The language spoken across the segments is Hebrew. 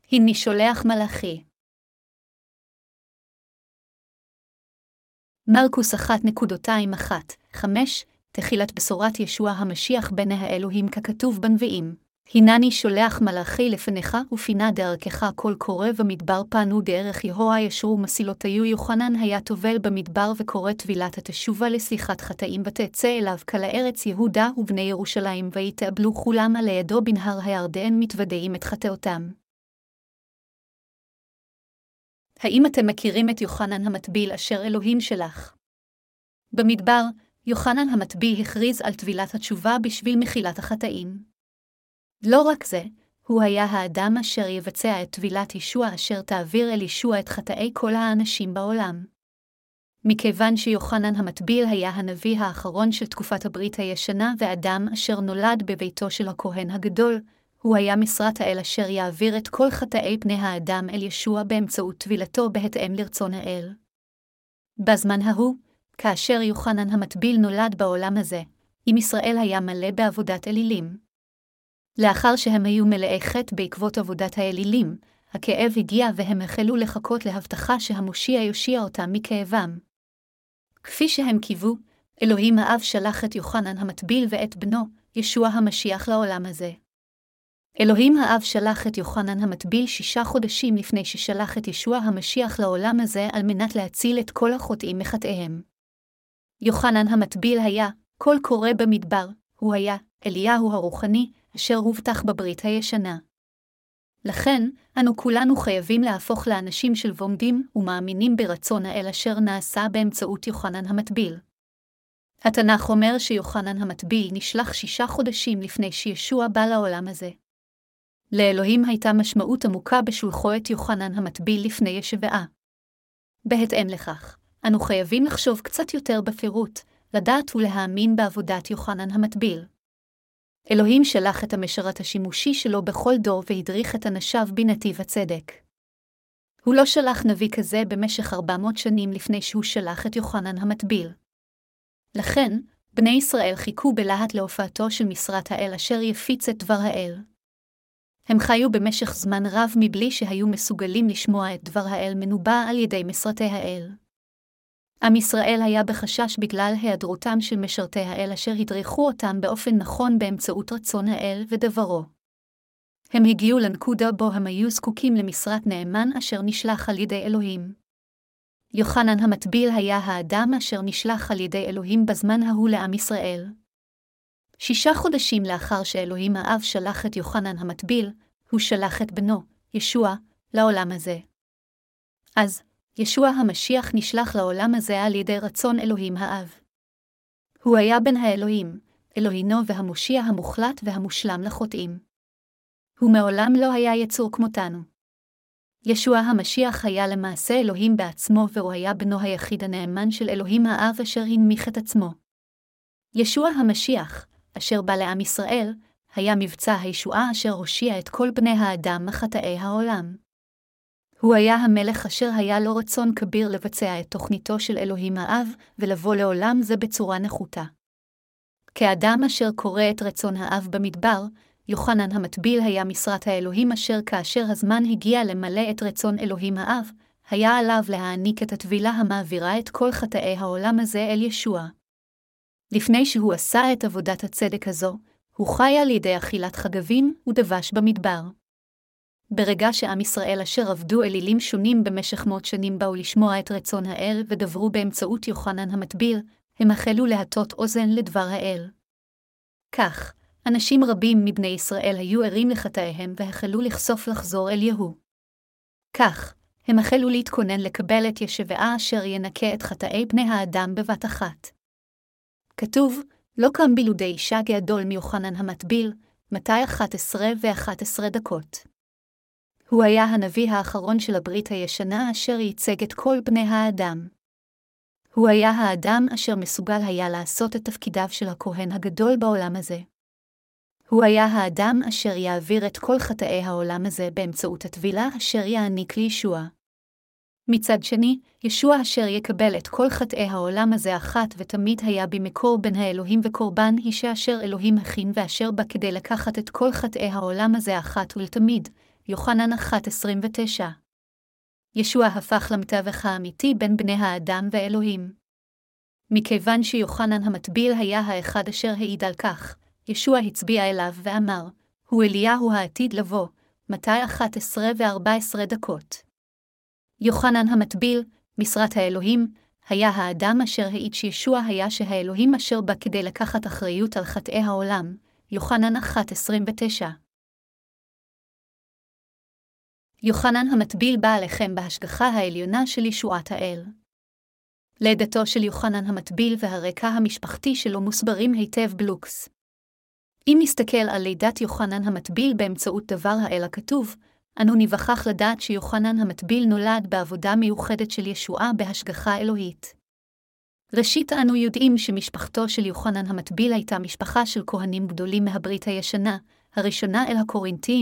הנה שולח מלאכי. מרקוס 1:1-5 תחילת בשורת ישוע המשיח בן האלוהים ככתוב בנביאים. הנני שולח מלאכי לפניך ופינה דרכך כל קורא במדבר פנו דרך יהוה ישרו מסילותיו. יוחנן היה טובל במדבר וקורא טבילת התשובה לסליחת חטאים ותצא אליו כל ארץ יהודה ובני ירושלים ויתאבלו כולם על ידו בנהר הירדן מתוודעים את חטאותם. האם אתם מכירים את יוחנן המטביל אשר אלוהים שלח? במדבר, יוחנן המטביל הכריז על טבילת התשובה בשביל מחילת החטאים. לא רק זה, הוא היה האדם אשר יבצע את טבילת ישוע אשר תעביר אל ישוע את חטאי כל האנשים בעולם. מכיוון שיוחנן המטביל היה הנביא האחרון של תקופת הברית הישנה ואדם אשר נולד בביתו של הכהן הגדול, הוא היה משרת האל אשר יעביר את כל חטאי בני האדם אל ישוע באמצעות טבילתו בהתאם לרצון האל. בזמן ההוא, כאשר יוחנן המטביל נולד בעולם הזה, עם ישראל היה מלא בעבודת אלילים. לאחר שהם היו מלאי חטא בעקבות עבודת האלילים, הכאב הגיע והם החלו לחכות להבטחה שהמושיע יושיע אותם מכאבם. כפי שהם קיוו, אלוהים האב שלח את יוחנן המטביל ואת בנו, ישוע המשיח לעולם הזה. אלוהים האב שלח את יוחנן המטביל 6 חודשים לפני ששלח את ישוע המשיח לעולם הזה על מנת להציל את כל החוטאים מחטאיהם. יוחנן המטביל היה קול קורא במדבר, הוא היה אליהו הרוחני, אשר הובטח בברית הישנה. לכן, אנו כולנו חייבים להפוך לאנשים של עומדים ומאמינים ברצון האל אשר נעשה באמצעות יוחנן המטביל. התנ"ך אומר שיוחנן המטביל נשלח 6 חודשים לפני שישוע בא לעולם הזה. לאלוהים הייתה משמעות עמוקה בשולחו את יוחנן המטביל לפני ישבעה. בהתאם לכך, אנו חייבים לחשוב קצת יותר בפירוט, לדעת ולהאמין בעבודת יוחנן המטביל. אלוהים שלח את המשרת השימושי שלו בכל דור והדריך את אנשיו בנתיב הצדק. הוא לא שלח נביא כזה במשך 400 שנים לפני שהוא שלח את יוחנן המטביל. לכן, בני ישראל חיכו בלהט להופעתו של משרת האל אשר יפיץ את דבר האל. הם חיו במשך זמן רב מבלי שהיו מסוגלים לשמוע את דבר האל מנובא על ידי משרתי האל. עם ישראל היה בחשש בגלל היעדרותם של משרתי האל אשר הדריכו אותם באופן נכון באמצעות רצון האל ודברו. הם הגיעו לנקודה בו הם היו זקוקים למשרת נאמן אשר נשלח על ידי אלוהים. יוחנן המטביל היה האדם אשר נשלח על ידי אלוהים בזמן ההוא לעם ישראל. 6 חודשים לאחר שאלוהים האב שלח את יוחנן המטביל, הוא שלח את בנו, ישוע, לעולם הזה. אז, ישוע המשיח נשלח לעולם הזה על ידי רצון אלוהים האב. הוא היה בן האלוהים, אלוהינו והמושיע המוחלט והמושלם לחוטאים. הוא מעולם לא היה יצור כמותנו. ישוע המשיח היה למעשה אלוהים בעצמו והוא היה בנו היחיד הנאמן של אלוהים האב אשר הנמיך את עצמו. ישוע המשיח, אשר בא לעם ישראל, היה מבצע הישועה אשר הושיע את כל בני האדם מחטאי העולם. הוא היה המלך אשר היה לו רצון כביר לבצע את תוכניתו של אלוהים האב ולבוא לעולם זה בצורה נחותה. כאדם אשר קורא את רצון האב במדבר, יוחנן המטביל היה משרת האלוהים אשר כאשר הזמן הגיע למלא את רצון אלוהים האב, היה עליו להעניק את הטבילה המעבירה את כל חטאי העולם הזה אל ישוע. לפני שהוא עשה את עבודת הצדק הזו, הוא חי על ידי אכילת חגבים ודבש במדבר. ברגע שעם ישראל אשר עבדו אלילים שונים במשך 100 שנים באו לשמוע את רצון האל ודברו באמצעות יוחנן המטביל, הם החלו להטות אוזן לדבר האל. כך, אנשים רבים מבני ישראל היו ערים לחטאיהם והחלו לחזור אל יהוא. כך, הם החלו להתכונן לקבל את ישבעה אשר ינקה את חטאי בני האדם בבת אחת. כתוב, לא קם בילודי אישה גדול מיוחנן המטביל, מתי 11:11. הוא היה הנביא האחרון של הברית הישנה אשר ייצג את כל בני האדם. הוא היה האדם אשר מסוגל היה לעשות את תפקידיו של הכהן הגדול בעולם הזה. הוא היה האדם אשר יעביר את כל חטאי העולם הזה באמצעות הטבילה אשר יעניק לישוע. מצד שני, ישוע אשר יקבל את כל חטאי העולם הזה אחת ותמיד היה במקור בין האלוהים וקורבן אישה אשר אלוהים הכין ואשר בא כדי לקחת את כל חטאי העולם הזה אחת ולתמיד. יוחנן 1:29. ישוע הפך למתווך האמיתי בין בני האדם ואלוהים. מכיוון שיוחנן המטביל היה האחד אשר העיד על כך, ישוע הצביע אליו ואמר, הוא אליהו העתיד לבוא, מתי 11:14. יוחנן המטביל, משרת האלוהים, היה האדם אשר העיד שישוע היה שהאלוהים אשר בא כדי לקחת אחריות על חטאי העולם, יוחנן 1:29. יוחנן המטביל בא עליכם בהשגחה העליונה של ישועת האל. לידתו של יוחנן המטביל והרקע המשפחתי שלו מוסברים היטב בלוקס. אם נסתכל על לידת יוחנן המטביל באמצעות דבר האל הכתוב, אנו ניווכח לדעת שיוחנן המטביל נולד בעבודה מיוחדת של ישועה בהשגחה אלוהית. ראשית אנו יודעים שמשפחתו של יוחנן המטביל הייתה משפחה של כהנים גדולים מהברית הישנה, הראשונה אל הקורינתיים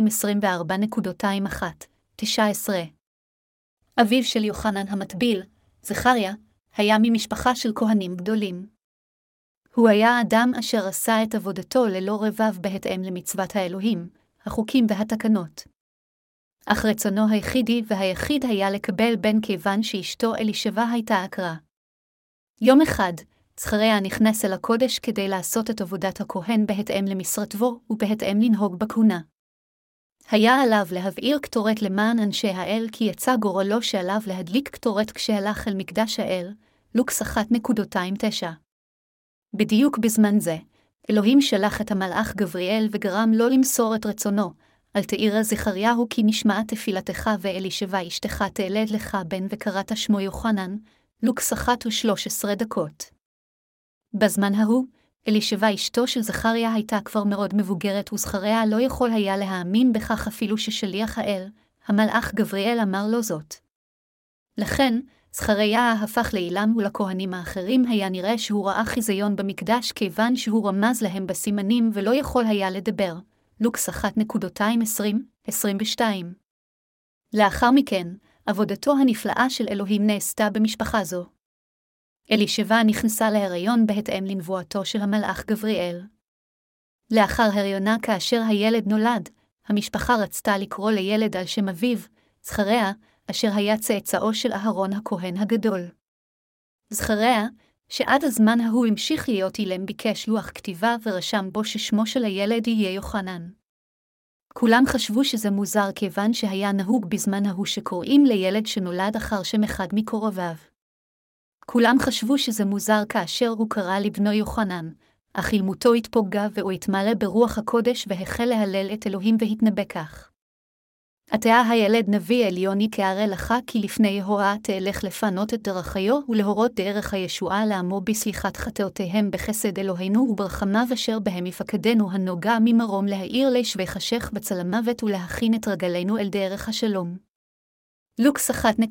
24.21-19. אביו של יוחנן המטביל, זכריה, היה ממשפחה של כהנים גדולים. הוא היה אדם אשר עשה את עבודתו ללא רבב בהתאם למצוות האלוהים, החוקים והתקנות. אך רצונו היחיד היה לקבל בן כיוון שאשתו אלישבע הייתה עקרה. יום אחד, זכריה נכנס אל הקודש כדי לעשות את עבודת הכהן בהתאם למשרתו ובהתאם לנהוג בכהונה. היה עליו להבעיר קטורת למען אנשי האל כי יצא גורלו שעליו להדליק קטורת כשהלך אל מקדש האל, לוקס 1:9. בדיוק בזמן זה, אלוהים שלח את המלאך גבריאל וגרם לו למסור את רצונו, אל תעיר זכריהו כי נשמעת תפילתך ואלישבע אשתך תלד לך בן וקראת שמו יוחנן, לוקס 1:13. בזמן ההוא, אלישבע אשתו של זכריה הייתה כבר מאוד מבוגרת וזכריה לא יכול היה להאמין בכך אפילו ששליח האל, המלאך גבריאל אמר לו זאת. לכן, זכריה הפך לאילם ולכהנים האחרים היה נראה שהוא ראה חיזיון במקדש כיוון שהוא רמז להם בסימנים ולא יכול היה לדבר. לוקס 1:20-22. לאחר מכן, עבודתו הנפלאה של אלוהים נעשתה במשפחה זו. אלישבע נכנסה להיריון בהתאם לנבואתו של המלאך גבריאל. לאחר הריונה כאשר הילד נולד, המשפחה רצתה לקרוא לילד על שם אביו, זכריה, אשר היה צאצאו של אהרון הכהן הגדול. זכריה, שעד הזמן ההוא המשיך להיות אילם ביקש לוח כתיבה ורשם בו ששמו של הילד יהיה יוחנן. כולם חשבו שזה מוזר כיוון שהיה נהוג בזמן ההוא שקוראים לילד שנולד אחר שם אחד מקורביו. כולם חשבו שזה מוזר כאשר הוא קרא לבנו יוחנן, אך אילמותו התפוגה והוא התמלא ברוח הקודש והחל להלל את אלוהים והתנבא כך. עתה הילד נביא עליוני כהראה לך כי לפני יהוה תלך לפנות את דרכיו ולהורות דרך הישועה לעמו בסליחת חטאותיהם בחסד אלוהינו וברחמיו אשר בהם יפקדנו הנוגע ממרום להאיר לשבי חשך בצל המוות ולהכין את רגלינו אל דרך השלום. לוקס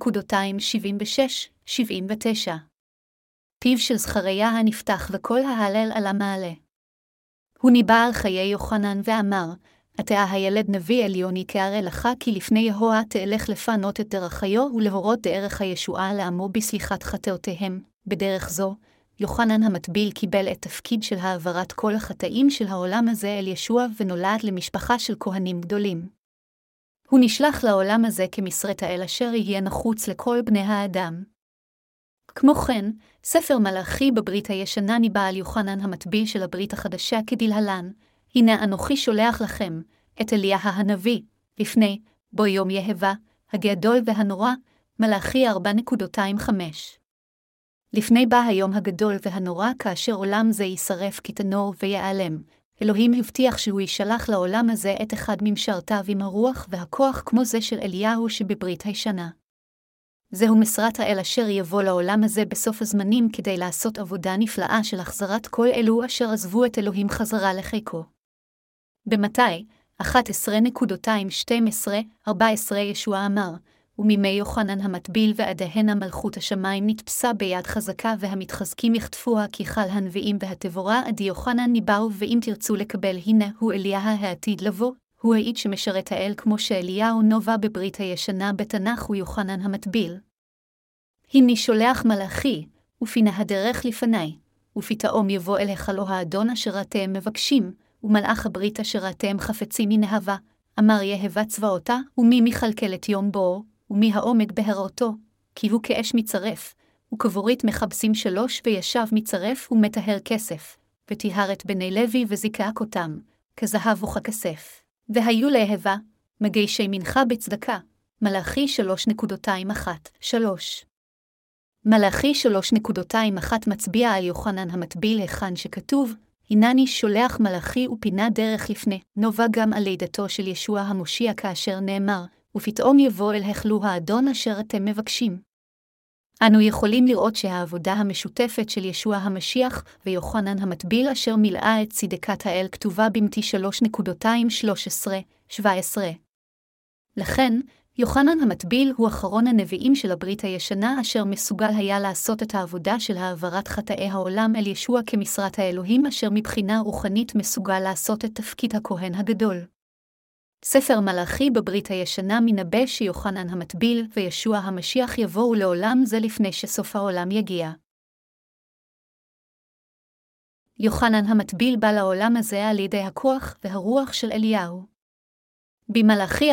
1:76-79. פיו של זכריה הנפתח וכל ההלל על המעלה. הוא ניבא על חיי יוחנן ואמר, עתה הילד נביא עליוני כהראה לך כי לפני יהוה תלך לפנות את דרכיו ולהורות דרך הישועה לעמו בסליחת חטאותיהם. בדרך זו, יוחנן המטביל קיבל את תפקיד של העברת כל החטאים של העולם הזה אל ישוע ונולד למשפחה של כהנים גדולים. הוא נשלח לעולם הזה כמשרת האל אשר יהיה נחוץ לכל בני האדם. כמו כן, ספר מלאכי בברית הישנה ניבא על יוחנן המטביל של הברית החדשה כדלהלן, הנה אנוכי שולח לכם, את אליה הנביא, לפני, בו יום יהבה, הגדול והנורא, מלאכי 4.25. לפני בא היום הגדול והנורא כאשר עולם זה יישרף כתנור ויעלם, אלוהים הבטיח שהוא ישלח לעולם הזה את אחד ממשרתיו עם הרוח והכוח כמו זה של אליהו שבברית הישנה. זהו משרת האל אשר יבוא לעולם הזה בסוף הזמנים כדי לעשות עבודה נפלאה של החזרת כל אלו אשר עזבו את אלוהים חזרה לחיקו. במתי, 11.2-12-14 ישוע אמר, ומימי יוחנן המטביל ועדיהן המלכות השמיים נתפסה ביד חזקה והמתחזקים יחטפוה כי חל הנביאים והתבורה עד יוחנן ניבאו ואם תרצו לקבל הנה הוא אליה העתיד לבוא, הוא העיד שמשרת האל כמו שאליהו נובע בברית הישנה בתנ"ך הוא יוחנן המטביל. הנה שולח מלאכי, ופינה הדרך לפני, ופתאום יבוא אליך לו האדון אשר אתם מבקשים, ומלאך הברית אשר אתם חפצים מנהבה, אמר יהבה צבאותה, ומי מכלכל את יום בואו, ומי העומד בהראותו, כי הוא כאש מצרף, וכבורית מחבסים 3 וישב מצרף ומטהר כסף, וטיהר את בני לוי וזיקק אותם, כזהב וככסף. והיו ליהבה, מגישי מנחה בצדקה, מלאכי 3.1-3. מלאכי 3.1 מצביע על יוחנן המטביל היכן שכתוב, הנני שולח מלאכי ופינה דרך לפני, נובע גם על לידתו של ישוע המושיע כאשר נאמר, ופתאום יבוא אל היכלו האדון אשר אתם מבקשים. אנו יכולים לראות שהעבודה המשותפת של ישוע המשיח ויוחנן המטביל אשר מילאה את צדקת האל כתובה במתי 3.2-13-17. לכן, יוחנן המטביל הוא אחרון הנביאים של הברית הישנה אשר מסוגל היה לעשות את העבודה של העברת חטאי העולם אל ישוע כמשרת האלוהים אשר מבחינה רוחנית מסוגל לעשות את תפקיד הכהן הגדול. ספר מלאכי בברית הישנה מנבא שיוחנן המטביל וישוע המשיח יבואו לעולם זה לפני שסוף העולם יגיע. יוחנן המטביל בא לעולם הזה על ידי הכוח והרוח של אליהו. במלאכי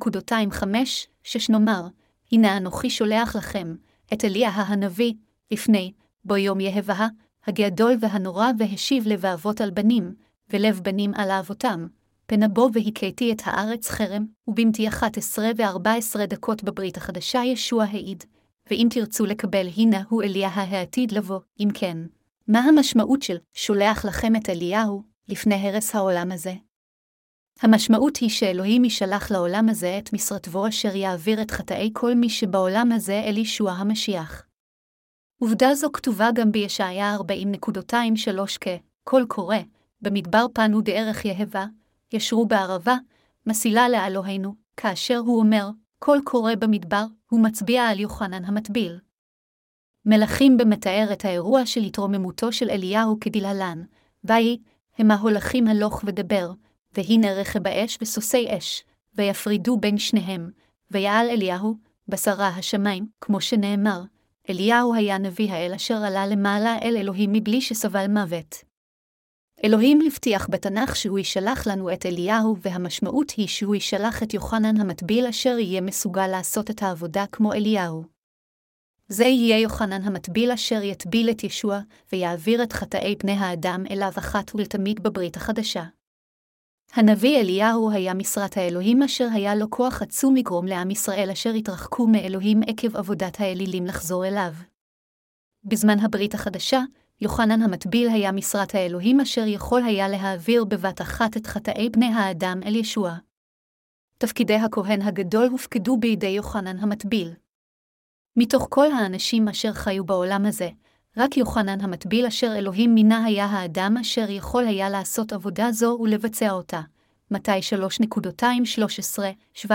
4.25-6 נאמר, הנה אנוכי שולח לכם, את אליה הנביא, לפני, בו יום יהבה, הגדול והנורא והשיב לב האבות על בנים, ולב בנים על אבותם, פן בו והכיתי את הארץ חרם, ובמתי 11 ו-14 דקות בברית החדשה ישוע העיד, ואם תרצו לקבל הנה הוא אליה העתיד לבוא, אם כן, מה המשמעות של שולח לכם את אליהו, לפני הרס העולם הזה? המשמעות היא שאלוהים ישלח לעולם הזה את משרתו אשר יעביר את חטאי כל מי שבעולם הזה אל ישוע המשיח. עובדה זו כתובה גם בישעיה 40.2-3 קול קורא, במדבר פנו דרך יהבה, ישרו בערבה, מסילה לאלוהינו, כאשר הוא אומר, קול קורא במדבר, הוא מצביע על יוחנן המטביל. מלאכים במתאר את האירוע של התרוממותו של אליהו כדלהלן, ויהי, המה הולכים הלוך ודבר, והנה רכב האש וסוסי אש, ויפרידו בין שניהם, ויעל אליהו, בשרה השמיים, כמו שנאמר, אליהו היה נביא האל אשר עלה למעלה אל אלוהים מבלי שסבל מוות. אלוהים הבטיח בתנ"ך שהוא ישלח לנו את אליהו, והמשמעות היא שהוא ישלח את יוחנן המטביל אשר יהיה מסוגל לעשות את העבודה כמו אליהו. זה יהיה יוחנן המטביל אשר יטביל את ישוע, ויעביר את חטאי בני האדם אליו אחת ולתמיד בברית החדשה. הנביא אליהו היה משרת האלוהים אשר היה לו כוח עצום לגרום לעם ישראל אשר התרחקו מאלוהים עקב עבודת האלילים לחזור אליו. בזמן הברית החדשה, יוחנן המטביל היה משרת האלוהים אשר יכול היה להעביר בבת אחת את חטאי בני האדם אל ישוע. תפקידי הכהן הגדול הופקדו בידי יוחנן המטביל. מתוך כל האנשים אשר חיו בעולם הזה, רק יוחנן המטביל אשר אלוהים מינה היה האדם אשר יכול היה לעשות עבודה זו ולבצע אותה. מתי 3.2-13-17.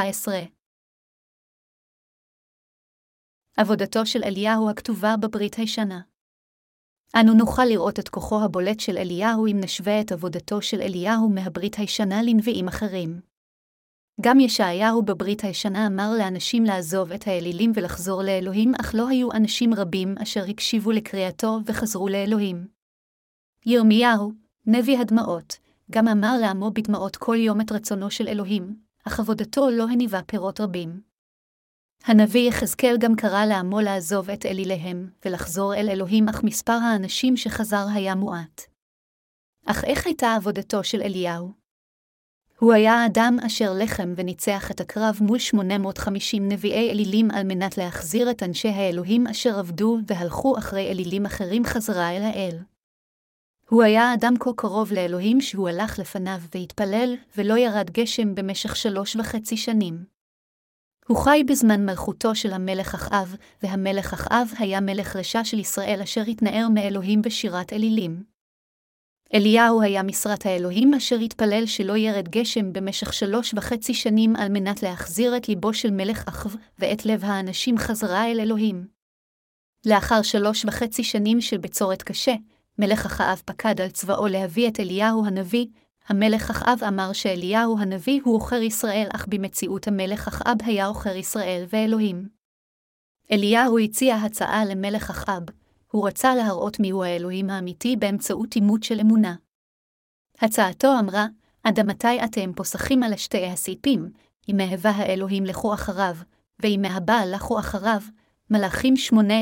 עבודתו של אליהו הכתובה בברית הישנה. אנו נוכל לראות את כוחו הבולט של אליהו אם נשווה את עבודתו של אליהו מהברית הישנה לנביאים אחרים. גם ישעיהו בברית הישנה אמר לאנשים לעזוב את האלילים ולחזור לאלוהים, אך לא היו אנשים רבים אשר הקשיבו לקריאתו וחזרו לאלוהים. ירמיהו, נביא הדמעות, גם אמר לעמו בדמעות כל יום את רצונו של אלוהים, אך עבודתו לא הניבה פירות רבים. הנביא יחזקאל גם קרא לעמו לעזוב את אליליהם ולחזור אל אלוהים, אך מספר האנשים שחזר היה מועט. אך איך הייתה עבודתו של אליהו? הוא היה האדם אשר לחם וניצח את הקרב מול 850 נביאי אלילים על מנת להחזיר את אנשי האלוהים אשר עבדו והלכו אחרי אלילים אחרים חזרה אל האל. הוא היה אדם כה קרוב לאלוהים שהוא הלך לפניו והתפלל ולא ירד גשם במשך 3.5 שנים. הוא חי בזמן מלכותו של המלך אחאב, והמלך אחאב היה מלך רשע של ישראל אשר התנער מאלוהים בשירת אלילים. אליהו היה משרת האלוהים אשר התפלל שלא ירד גשם במשך 3.5 שנים על מנת להחזיר את ליבו של מלך אחאב ואת לב האנשים חזרה אל אלוהים. לאחר 3.5 שנים של בצורת קשה, מלך אחאב פקד על צבאו להביא את אליהו הנביא. המלך אחאב אמר שאליהו הנביא הוא עוכר ישראל, אך במציאות המלך אחאב היה עוכר ישראל ואלוהים. אליהו הציע הצעה למלך אחאב. הוא רצה להראות מיהו האלוהים האמיתי באמצעות אימות של אמונה. הצעתו אמרה, עד מתי אתם פוסחים על שתי הסיפים, אם אהבה האלוהים לכו אחריו, ואם הבעל לכו אחריו, מלאכים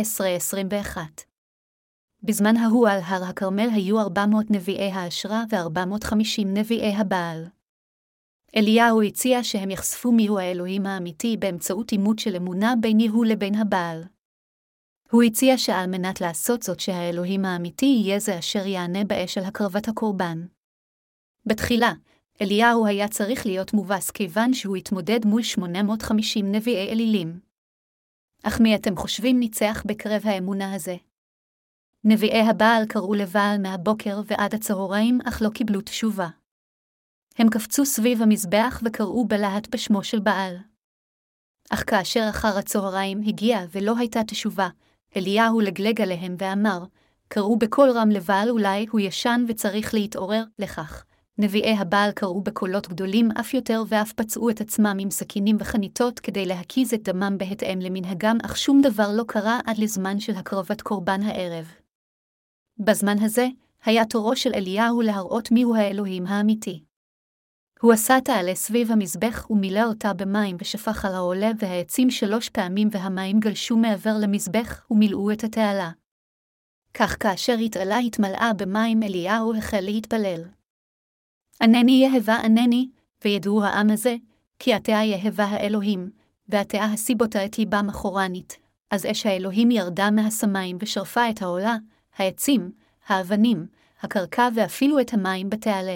18:21. בזמן ההוא על הר הכרמל היו 400 נביאי האשרה ו450 נביאי הבעל. אליהו הציע שהם יחשפו מיהו האלוהים האמיתי באמצעות אימות של אמונה ביניהו לבין הבעל. הוא הציע שעל מנת לעשות זאת שהאלוהים האמיתי יהיה זה אשר יענה באש על הקרבת הקורבן. בתחילה, אליהו היה צריך להיות מובס כיוון שהוא התמודד מול 850 נביאי אלילים. אך מי אתם חושבים ניצח בקרב האמונה הזה? נביאי הבעל קראו לבעל מהבוקר ועד הצהריים, אך לא קיבלו תשובה. הם קפצו סביב המזבח וקראו בלהט בשמו של בעל. אך כאשר אחר הצהריים הגיע ולא הייתה תשובה, אליהו לגלג עליהם ואמר, קראו בקול רם לבעל, אולי הוא ישן וצריך להתעורר לכך. נביאי הבעל קראו בקולות גדולים אף יותר ואף פצעו את עצמם עם סכינים וחניתות כדי להקיז את דמם בהתאם למנהגם, אך שום דבר לא קרה עד לזמן של הקרבת קורבן הערב. בזמן הזה, היה תורו של אליהו להראות מיהו האלוהים האמיתי. הוא עשה תעלה סביב המזבח ומילא אותה במים ושפך על העולה והעצים 3 פעמים והמים גלשו מעבר למזבח ומילאו את התעלה. כך כאשר התעלה התמלאה במים אליהו החל להתפלל. ענני יהבה ענני, וידעו העם הזה, כי אתה יהבה האלוהים, ואתה הסיבותה את ליבם אחורנית. אז אש האלוהים ירדה מהשמיים ושרפה את העולה, העצים, האבנים, הקרקע ואפילו את המים בתעלה.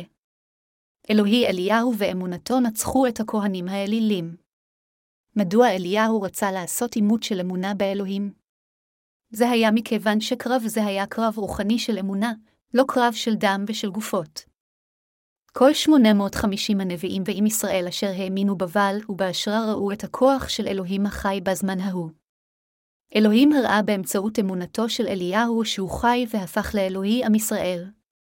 אלוהי אליהו ואמונתו נצחו את הכהנים האלילים. מדוע אליהו רצה לעשות אימות של אמונה באלוהים? זה היה מכיוון שקרב זה היה קרב רוחני של אמונה, לא קרב של דם ושל גופות. כל 850 הנביאים ועם ישראל אשר האמינו בבעל ובאשרה ראו את הכוח של אלוהים החי בזמן ההוא. אלוהים הראה באמצעות אמונתו של אליהו שהוא חי והפך לאלוהי עם ישראל.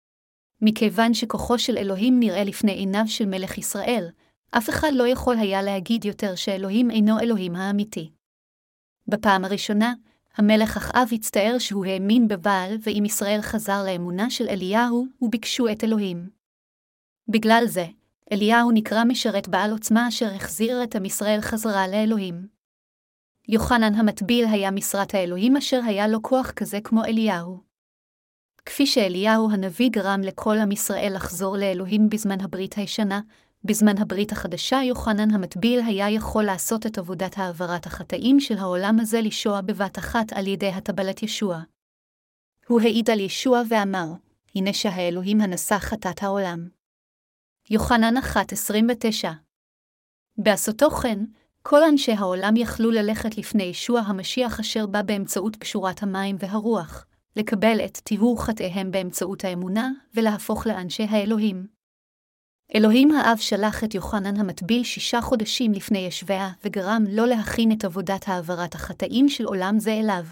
מכיוון שכוחו של אלוהים נראה לפני עיניו של מלך ישראל, אף אחד לא יכול היה להגיד יותר שאלוהים אינו אלוהים האמיתי. בפעם הראשונה, המלך אחאב הצטער שהוא האמין בבעל ועם ישראל חזר לאמונה של אליהו וביקשו את אלוהים. בגלל זה, אליהו נקרא משרת בעל עוצמה אשר החזיר את עם ישראל חזרה לאלוהים. יוחנן המטביל היה משרת האלוהים אשר היה לו כוח כזה כמו אליהו. כפי שאליהו הנביא גרם לכל עם ישראל לחזור לאלוהים בזמן הברית הישנה, בזמן הברית החדשה יוחנן המטביל היה יכול לעשות את עבודת העברת החטאים של העולם הזה לישוע בבת אחת על ידי הטבלת ישוע. הוא העיד על ישוע ואמר, הנה שהאלוהים הנשא חטאת העולם. יוחנן 1:29. בעשותו כן, כל אנשי העולם יכלו ללכת לפני ישוע המשיח אשר בא באמצעות קשורת המים והרוח, לקבל את טיהור חטאיהם באמצעות האמונה ולהפוך לאנשי האלוהים. אלוהים האב שלח את יוחנן המטביל 6 חודשים לפני ישביה וגרם לא להכין את עבודת העברת החטאים של עולם זה אליו.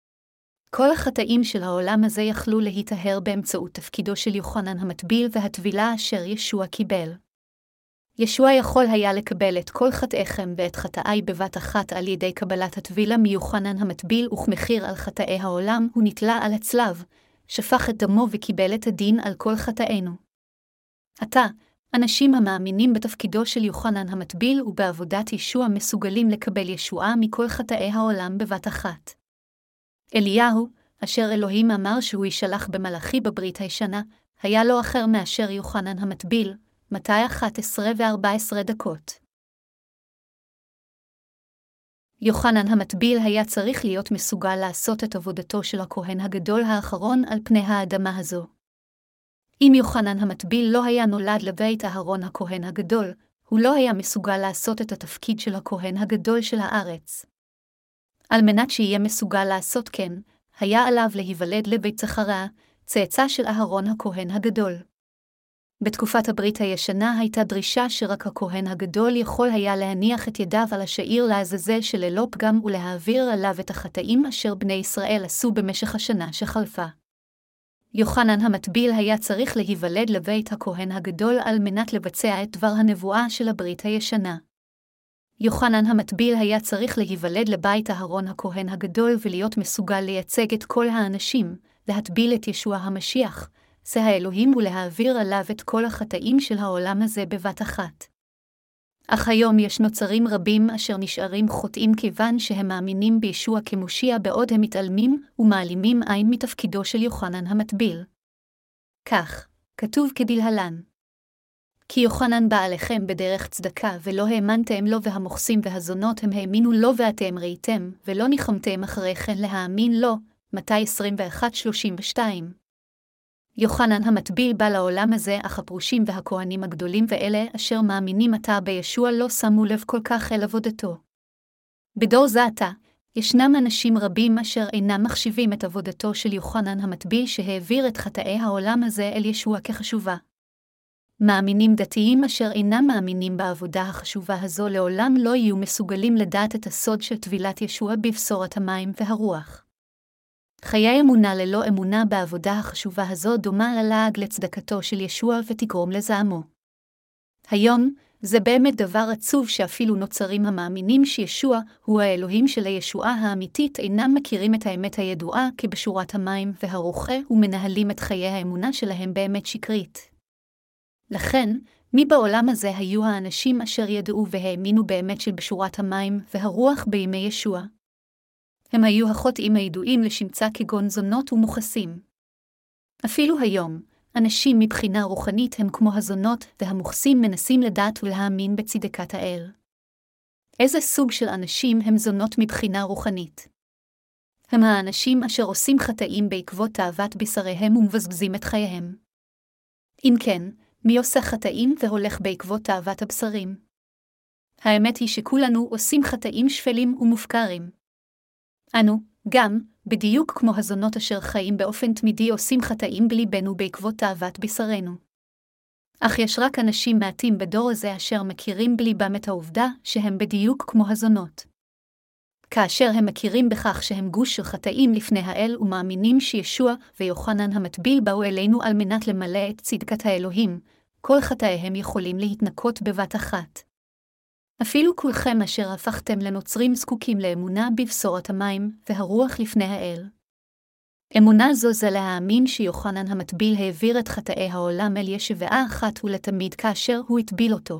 כל החטאים של העולם הזה יכלו להיטהר באמצעות תפקידו של יוחנן המטביל והטבילה אשר ישוע קיבל. ישוע יכול היה לקבל את כל חטאיכם ואת חטאי בבת אחת על ידי קבלת הטבילה מיוחנן המטביל, וכמחיר על חטאי העולם הוא נתלה על הצלב, שפך את דמו וקיבל את הדין על כל חטאינו. עתה, אנשים המאמינים בתפקידו של יוחנן המטביל ובעבודת ישוע מסוגלים לקבל ישועה מכל חטאי העולם בבת אחת. אליהו, אשר אלוהים אמר שהוא ישלח במלאכי בברית הישנה, היה לא אחר מאשר יוחנן המטביל, מתי 11:14. יוחנן המטביל היה צריך להיות מסוגל לעשות את עבודתו של הכהן הגדול האחרון על פני האדמה הזו. אם יוחנן המטביל לא היה נולד לבית אהרון הכהן הגדול, הוא לא היה מסוגל לעשות את התפקיד של הכהן הגדול של הארץ. על מנת שיהיה מסוגל לעשות כן, היה עליו להיוולד לבית זכריה, צאצא של אהרון הכהן הגדול. בתקופת הברית הישנה הייתה דרישה שרק הכהן הגדול יכול היה להניח את ידיו על השעיר לעזאזל שללא פגם ולהעביר עליו את החטאים אשר בני ישראל עשו במשך השנה שחלפה. יוחנן המטביל היה צריך להיוולד לבית הכהן הגדול על מנת לבצע את דבר הנבואה של הברית הישנה. יוחנן המטביל היה צריך להיוולד לבית אהרון הכהן הגדול ולהיות מסוגל לייצג את כל האנשים, להטביל את ישוע המשיח, זה האלוהים ולהעביר עליו את כל החטאים של העולם הזה בבת אחת. אך היום יש נוצרים רבים אשר נשארים חוטאים כיוון שהם מאמינים בישוע כמושיע בעוד הם מתעלמים ומעלימים עין מתפקידו של יוחנן המטביל. כך, כתוב כדלהלן. כי יוחנן בא עליכם בדרך צדקה ולא האמנתם לו והמוכסים והזונות הם האמינו לו ואתם ראיתם ולא ניחמתם אחרי כן להאמין לו, מתי 21:32. יוחנן המטביל בא לעולם הזה אך הפרושים והכהנים הגדולים ואלה אשר מאמינים עתה בישוע לא שמו לב כל כך אל עבודתו. בדור זה עתה, ישנם אנשים רבים אשר אינם מחשיבים את עבודתו של יוחנן המטביל שהעביר את חטאי העולם הזה אל ישוע כחשובה. מאמינים דתיים אשר אינם מאמינים בעבודה החשובה הזו לעולם לא יהיו מסוגלים לדעת את הסוד של טבילת ישוע בבשורת המים והרוח. חיי אמונה ללא אמונה בעבודה החשובה הזו דומה ללעג לצדקתו של ישוע ותגרום לזעמו. היום, זה באמת דבר עצוב שאפילו נוצרים המאמינים שישוע הוא האלוהים של הישועה האמיתית אינם מכירים את האמת הידועה כבשורת המים והרוח ומנהלים את חיי האמונה שלהם באמת שקרית. לכן, מי בעולם הזה היו האנשים אשר ידעו והאמינו באמת של בשורת המים והרוח בימי ישוע? הם היו החוטאים הידועים לשמצה כגון זונות ומוכסים. אפילו היום, אנשים מבחינה רוחנית הם כמו הזונות והמוכסים מנסים לדעת ולהאמין בצדקת האל. איזה סוג של אנשים הם זונות מבחינה רוחנית? הם האנשים אשר עושים חטאים בעקבות תאוות בשריהם ומבזבזים את חייהם. אם כן, מי עושה חטאים והולך בעקבות תאוות הבשרים? האמת היא שכולנו עושים חטאים שפלים ומופקרים. אנו, גם, בדיוק כמו הזונות אשר חיים באופן תמידי עושים חטאים בליבנו בעקבות תאוות בשרנו. אך יש רק אנשים מעטים בדור הזה אשר מכירים בליבם את העובדה שהם בדיוק כמו הזונות. כאשר הם מכירים בכך שהם גוש של חטאים לפני האל ומאמינים שישוע ויוחנן המטביל באו אלינו על מנת למלא את צדקת האלוהים, כל חטאיהם יכולים להתנקות בבת אחת. אפילו כולכם אשר הפכתם לנוצרים זקוקים לאמונה בבשורת המים והרוח לפני האל. אמונה זו זה להאמין שיוחנן המטביל העביר את חטאי העולם אל ישוע אחת ולתמיד כאשר הוא הטביל אותו.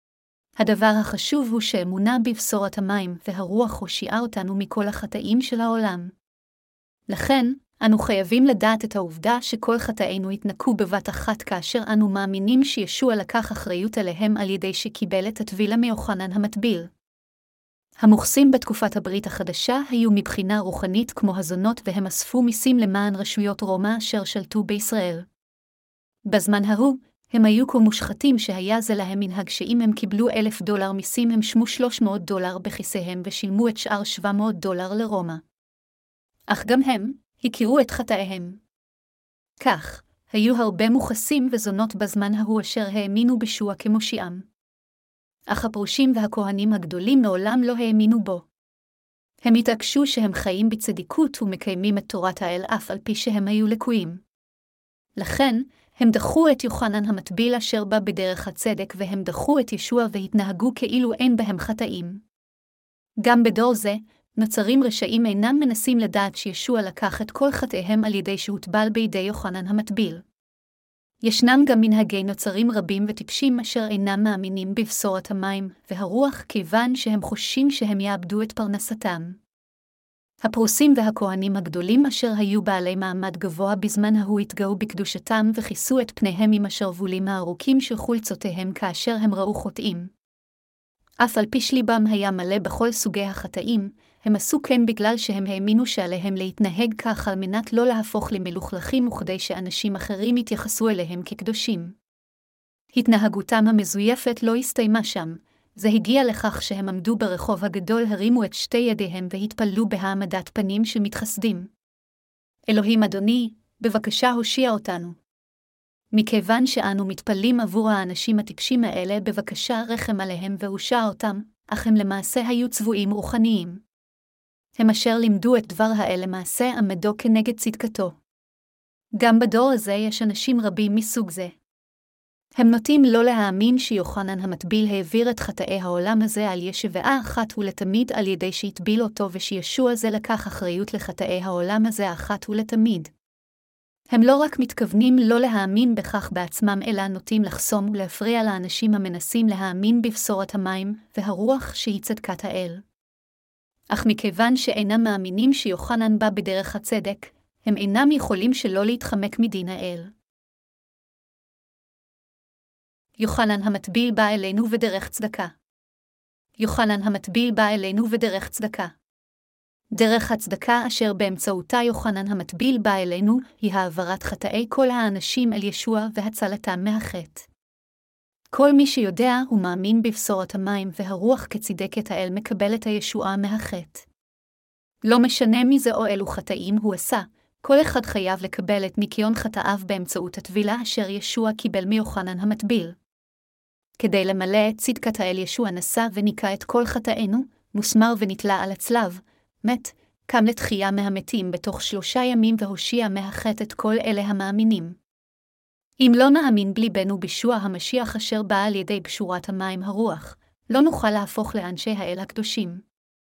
הדבר החשוב הוא שאמונה בבשורת המים והרוח הושיעה אותנו מכל החטאים של העולם. לכן, אנו חייבים לדעת את העובדה שכל חטאינו התנקו בבת אחת כאשר אנו מאמינים שישוע לקח אחריות עליהם על ידי שקיבל את הטבילה מיוחנן המטביל. המוכסים בתקופת הברית החדשה היו מבחינה רוחנית כמו הזונות והם אספו מיסים למען רשויות רומא אשר שלטו בישראל. בזמן ההוא, הם היו כה מושחתים שהיה זה להם מנהג שאם הם קיבלו $1,000 מיסים הם שמו $300 בכיסיהם ושילמו את שאר $700 לרומא. אך גם הם הכירו את חטאיהם. כך, היו הרבה מוכסים וזונות בזמן ההוא אשר האמינו בישוע כמושיעם. אך הפרושים והכהנים הגדולים מעולם לא האמינו בו. הם התעקשו שהם חיים בצדיקות ומקיימים את תורת האל אף על פי שהם היו לקויים. לכן, הם דחו את יוחנן המטביל אשר בא בדרך הצדק והם דחו את ישוע והתנהגו כאילו אין בהם חטאים. גם בדור זה, נוצרים רשעים אינם מנסים לדעת שישוע לקח את כל חטאיהם על ידי שהוטבל בידי יוחנן המטביל. ישנם גם מנהגי נוצרים רבים וטיפשים אשר אינם מאמינים בבשורת המים והרוח כיוון שהם חוששים שהם יאבדו את פרנסתם. הפרוסים והכהנים הגדולים אשר היו בעלי מעמד גבוה בזמן ההוא התגאו בקדושתם וכיסו את פניהם עם השרבולים הארוכים של חולצותיהם כאשר הם ראו חוטאים. אף על פי שליבם היה מלא בכל סוגי החטאים, הם עשו כן בגלל שהם האמינו שעליהם להתנהג כך על מנת לא להפוך למלוכלכים וכדי שאנשים אחרים יתייחסו אליהם כקדושים. התנהגותם המזויפת לא הסתיימה שם, זה הגיע לכך שהם עמדו ברחוב הגדול, הרימו את שתי ידיהם והתפללו בהעמדת פנים שמתחסדים. אלוהים אדוני, בבקשה הושיע אותנו. מכיוון שאנו מתפללים עבור האנשים הטיפשים האלה, בבקשה רחם עליהם והושע אותם, אך הם למעשה היו צבועים רוחניים. הם אשר לימדו את דבר האל למעשה עמדו כנגד צדקתו. גם בדור הזה יש אנשים רבים מסוג זה. הם נוטים לא להאמין שיוחנן המטביל העביר את חטאי העולם הזה על ישוע אחת ולתמיד על ידי שהטביל אותו ושישוע זה לקח אחריות לחטאי העולם הזה אחת ולתמיד. הם לא רק מתכוונים לא להאמין בכך בעצמם, אלא נוטים לחסום ולהפריע לאנשים המנסים להאמין בבשורת המים והרוח שהיא צדקת האל. אך מכיוון שאינם מאמינים שיוחנן בא בדרך הצדק, הם אינם יכולים שלא להתחמק מדין האל. יוחנן המטביל בא אלינו בדרך צדקה. יוחנן המטביל בא אלינו בדרך צדקה. דרך הצדקה אשר באמצעותה יוחנן המטביל בא אלינו, היא העברת חטאי כל האנשים אל ישוע והצלתם מהחטא. כל מי שיודע ומאמין בבשורת המים והרוח כצדקת האל מקבל את הישועה מהחטא. לא משנה מי זה או אילו חטאים הוא עשה, כל אחד חייב לקבל את ניקיון חטאיו באמצעות הטבילה אשר ישוע קיבל מיוחנן המטביל. כדי למלא את צדקת האל ישוע נשא וניקה את כל חטאינו, מוסמר ונתלה על הצלב, מת, קם לתחייה מהמתים בתוך 3 ימים והושיע מהחטא את כל אלה המאמינים. אם לא נאמין בליבנו בישוע המשיח אשר בא על ידי בשורת המים הרוח, לא נוכל להפוך לאנשי האל הקדושים.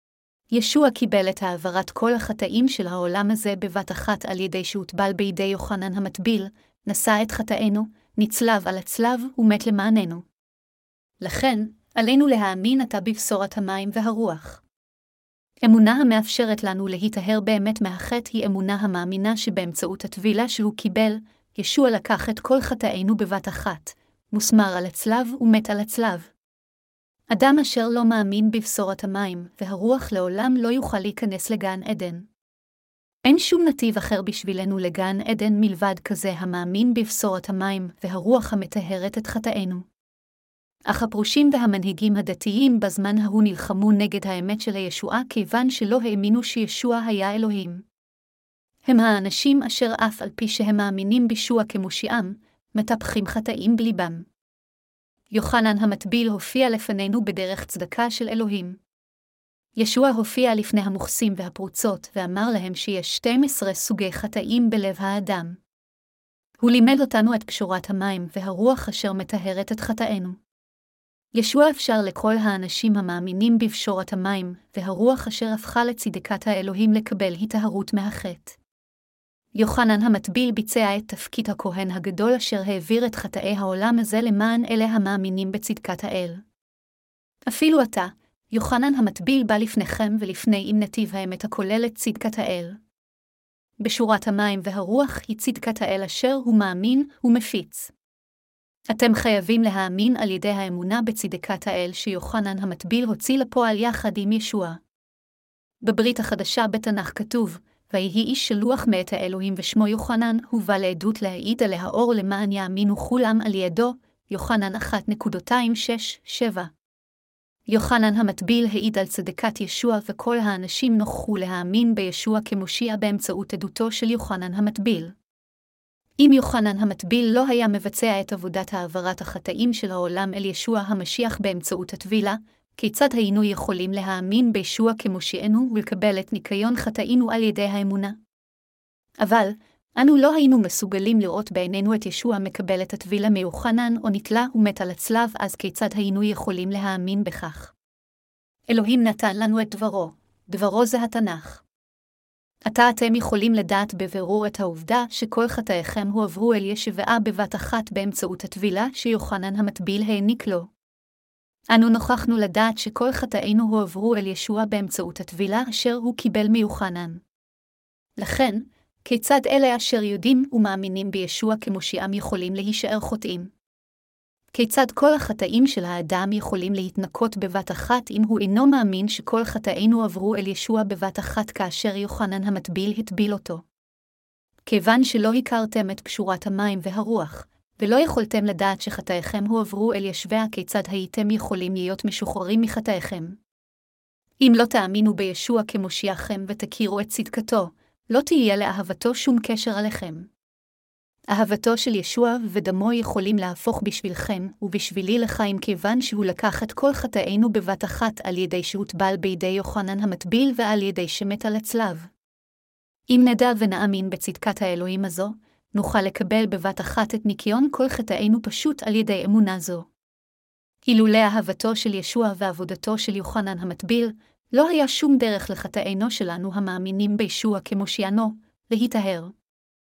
ישוע קיבל את העברת כל החטאים של העולם הזה בבת אחת על ידי שהוטבל בידי יוחנן המטביל, נשא את חטאינו, נצלב על הצלב ומת למעננו. לכן, עלינו להאמין עתה בבשורת המים והרוח. אמונה המאפשרת לנו להיטהר באמת מהחטא היא אמונה המאמינה שבאמצעות הטבילה שהוא קיבל, ישוע לקח את כל חטאינו בבת אחת, מוסמר על הצלב ומת על הצלב. אדם אשר לא מאמין בבשורת המים והרוח לעולם לא יוכל להיכנס לגן עדן. אין שום נתיב אחר בשבילנו לגן עדן מלבד כזה המאמין בבשורת המים והרוח המטהרת את חטאינו. אך הפרושים והמנהיגים הדתיים בזמן ההוא נלחמו נגד האמת של הישועה כיוון שלא האמינו שישוע היה אלוהים. הם האנשים אשר אף על פי שהם מאמינים בישוע כמושיעם, מטפחים חטאים בליבם. יוחנן המטביל הופיע לפנינו בדרך צדקה של אלוהים. ישוע הופיע לפני המוכסים והפרוצות ואמר להם שיש 12 סוגי חטאים בלב האדם. הוא לימד אותנו את פשורת המים והרוח אשר מטהרת את חטאינו. ישוע אפשר לכל האנשים המאמינים בפשורת המים והרוח אשר הפכה לצדקת האלוהים לקבל היטהרות מהחטא. יוחנן המטביל ביצע את תפקיד הכהן הגדול אשר העביר את חטאי העולם הזה למען אלה המאמינים בצדקת האל. אפילו עתה, יוחנן המטביל בא לפניכם ולפני עם נתיב האמת הכולל את צדקת האל. בשורת המים והרוח היא צדקת האל אשר הוא מאמין ומפיץ. אתם חייבים להאמין על ידי האמונה בצדקת האל שיוחנן המטביל הוציא לפועל יחד עם ישוע. בברית החדשה בתנ"ך כתוב, ויהי איש שלוח מאת האלוהים ושמו יוחנן, הובא לעדות להעיד עליה אור למען יאמינו כולם על ידו, יוחנן 1.26-7. יוחנן המטביל העיד על צדקת ישוע וכל האנשים נוכחו להאמין בישוע כמושיע באמצעות עדותו של יוחנן המטביל. אם יוחנן המטביל לא היה מבצע את עבודת העברת החטאים של העולם אל ישוע המשיח באמצעות הטבילה, כיצד היינו יכולים להאמין בישוע כמושיענו ולקבל את ניקיון חטאינו על ידי האמונה? אבל, אנו לא היינו מסוגלים לראות בעינינו את ישוע מקבל את הטבילה מיוחנן או נתלה ומת על הצלב, אז כיצד היינו יכולים להאמין בכך? אלוהים נתן לנו את דברו, דברו זה התנ"ך. עתה אתם יכולים לדעת בבירור את העובדה שכל חטאיכם הועברו אל ישוע בבת אחת באמצעות הטבילה שיוחנן המטביל העניק לו. אנו נוכחנו לדעת שכל חטאינו הועברו אל ישוע באמצעות הטבילה אשר הוא קיבל מיוחנן. לכן, כיצד אלה אשר יודעים ומאמינים בישוע כמושיעם יכולים להישאר חוטאים? כיצד כל החטאים של האדם יכולים להתנקות בבת אחת אם הוא אינו מאמין שכל חטאינו עברו אל ישוע בבת אחת כאשר יוחנן המטביל הטביל אותו? כיוון שלא הכרתם את פשורת המים והרוח, ולא יכולתם לדעת שחטאיכם הועברו אל ישוע, כיצד הייתם יכולים להיות משוחררים מחטאיכם? אם לא תאמינו בישוע כמושיעכם ותכירו את צדקתו, לא תהיה לאהבתו שום קשר עליכם. אהבתו של ישוע ודמו יכולים להפוך בשבילכם ובשבילי לחיים כיוון שהוא לקח את כל חטאינו בבת אחת על ידי שהוטבל בידי יוחנן המטביל ועל ידי שמת על הצלב. אם נדע ונאמין בצדקת האלוהים הזו, נוכל לקבל בבת אחת את ניקיון כל חטאינו פשוט על ידי אמונה זו. אילולא אהבתו של ישוע ועבודתו של יוחנן המטביל, לא היה שום דרך לחטאינו שלנו המאמינים בישוע כמושיענו, להיטהר.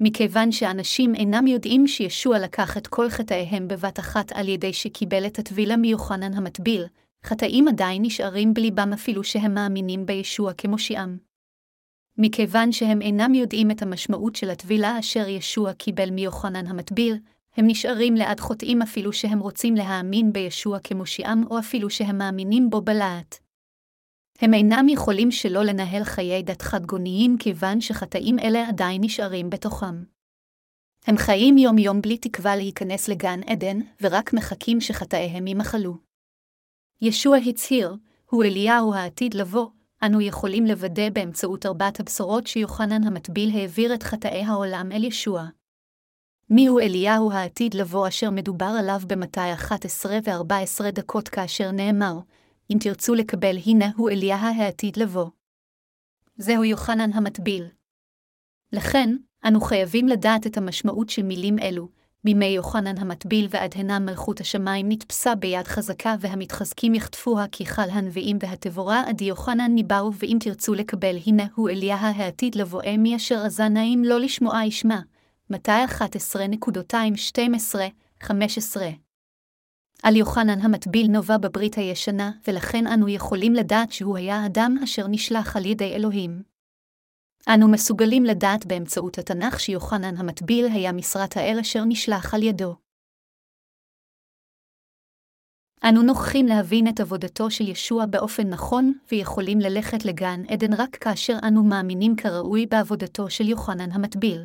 מכיוון שאנשים אינם יודעים שישוע לקח את כל חטאיהם בבת אחת על ידי שקיבל את הטבילה מיוחנן המטביל, חטאים עדיין נשארים בליבם אפילו שהם מאמינים בישוע כמושיעם. מכיוון שהם אינם יודעים את המשמעות של הטבילה אשר ישוע קיבל מיוחנן המטביל, הם נשארים לעד חוטאים אפילו שהם רוצים להאמין בישוע כמושיעם או אפילו שהם מאמינים בו בלהט. הם אינם יכולים שלא לנהל חיי דת חדגוניים כיוון שחטאים אלה עדיין נשארים בתוכם. הם חיים יום-יום בלי תקווה להיכנס לגן עדן ורק מחכים שחטאיהם ימחלו. ישוע הצהיר, הוא אליהו העתיד לבוא, אנו יכולים לוודא באמצעות 4 הבשורות שיוחנן המטביל העביר את חטאי העולם אל ישוע. מיהו אליהו העתיד לבוא אשר מדובר עליו במתי 11 ו-14 דקות כאשר נאמר, אם תרצו לקבל הנה הוא אליה העתיד לבוא. זהו יוחנן המטביל. לכן, אנו חייבים לדעת את המשמעות של מילים אלו, בימי יוחנן המטביל ועד הנה מלכות השמיים נתפסה ביד חזקה והמתחזקים יחטפוה כי חל הנביאים והתבורה עד יוחנן ניבאו ואם תרצו לקבל הנה הוא אליה העתיד לבוא מי אשר עזה נעים לא לשמוע ישמע. מתי 11:12-15. על יוחנן המטביל נובע בברית הישנה, ולכן אנו יכולים לדעת שהוא היה האדם אשר נשלח על ידי אלוהים. אנו מסוגלים לדעת באמצעות התנ"ך שיוחנן המטביל היה משרת האל אשר נשלח על ידו. אנו נוכחים להבין את עבודתו של ישוע באופן נכון, ויכולים ללכת לגן עדן רק כאשר אנו מאמינים כראוי בעבודתו של יוחנן המטביל.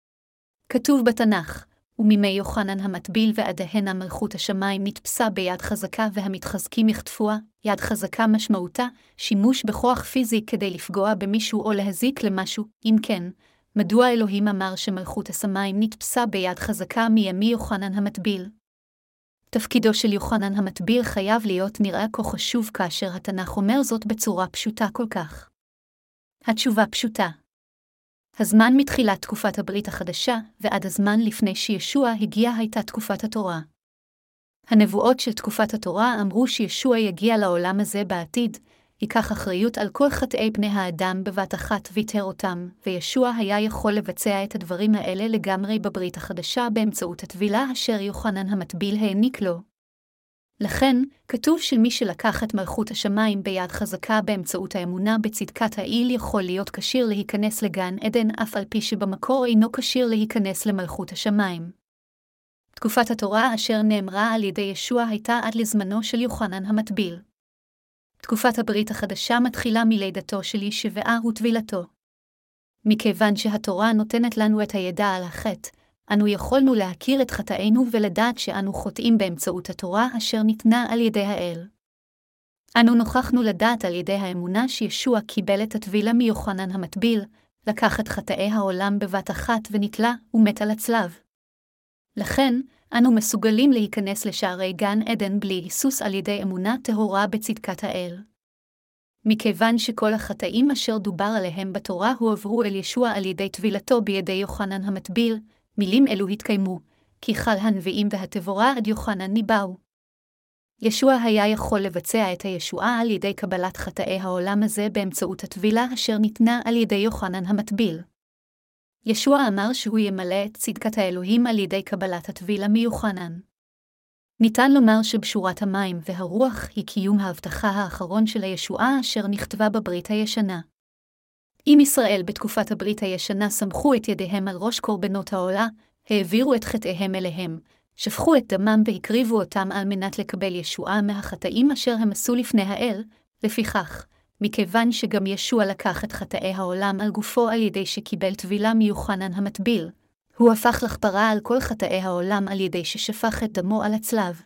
כתוב בתנ"ך, ומימי יוחנן המטביל ועד הנה מלכות השמיים נתפסה ביד חזקה והמתחזקים יחטפוה. יד חזקה משמעותה, שימוש בכוח פיזי כדי לפגוע במישהו או להזיק למשהו. אם כן, מדוע אלוהים אמר שמלכות השמיים נתפסה ביד חזקה מימי יוחנן המטביל? תפקידו של יוחנן המטביל חייב להיות נראה כה חשוב כאשר התנ"ך אומר זאת בצורה פשוטה כל כך. התשובה פשוטה. הזמן מתחילת תקופת הברית החדשה, ועד הזמן לפני שישוע הגיע הייתה תקופת התורה. הנבואות של תקופת התורה אמרו שישוע יגיע לעולם הזה בעתיד, ייקח אחריות על כל חטאי בני האדם בבת אחת ויטהר אותם, וישוע היה יכול לבצע את הדברים האלה לגמרי בברית החדשה באמצעות הטבילה אשר יוחנן המטביל העניק לו. לכן, כתוב שמי שלקח את מלכות השמיים ביד חזקה באמצעות האמונה בצדקת האל יכול להיות כשיר להיכנס לגן עדן אף על פי שבמקור אינו כשיר להיכנס למלכות השמיים. תקופת התורה אשר נאמרה על ידי ישוע הייתה עד לזמנו של יוחנן המטביל. תקופת הברית החדשה מתחילה מלידתו של ישוע וטבילתו. מכיוון שהתורה נותנת לנו את הידע על החטא, אנו יכולנו להכיר את חטאינו ולדעת שאנו חוטאים באמצעות התורה אשר ניתנה על ידי האל. אנו נוכחנו לדעת על ידי האמונה שישוע קיבל את הטבילה מיוחנן המטביל, לקח את חטאי העולם בבת אחת ונתלה ומת על הצלב. לכן, אנו מסוגלים להיכנס לשערי גן עדן בלי היסוס על ידי אמונה טהורה בצדקת האל. מכיוון שכל החטאים אשר דובר עליהם בתורה הועברו אל ישוע על ידי טבילתו בידי יוחנן המטביל, מילים אלו התקיימו, כי חל הנביאים והתבורה עד יוחנן ניבאו. ישוע היה יכול לבצע את הישועה על ידי קבלת חטאי העולם הזה באמצעות הטבילה אשר ניתנה על ידי יוחנן המטביל. ישוע אמר שהוא ימלא את צדקת האלוהים על ידי קבלת הטבילה מיוחנן. ניתן לומר שבשורת המים והרוח היא קיום ההבטחה האחרון של הישועה אשר נכתבה בברית הישנה. אם ישראל בתקופת הברית הישנה סמכו את ידיהם על ראש קורבנות העולה, העבירו את חטאיהם אליהם, שפכו את דמם והקריבו אותם על מנת לקבל ישועה מהחטאים אשר הם עשו לפני האל, לפיכך, מכיוון שגם ישוע לקח את חטאי העולם על גופו על ידי שקיבל טבילה מיוחנן המטביל, הוא הפך לכפרה על כל חטאי העולם על ידי ששפך את דמו על הצלב.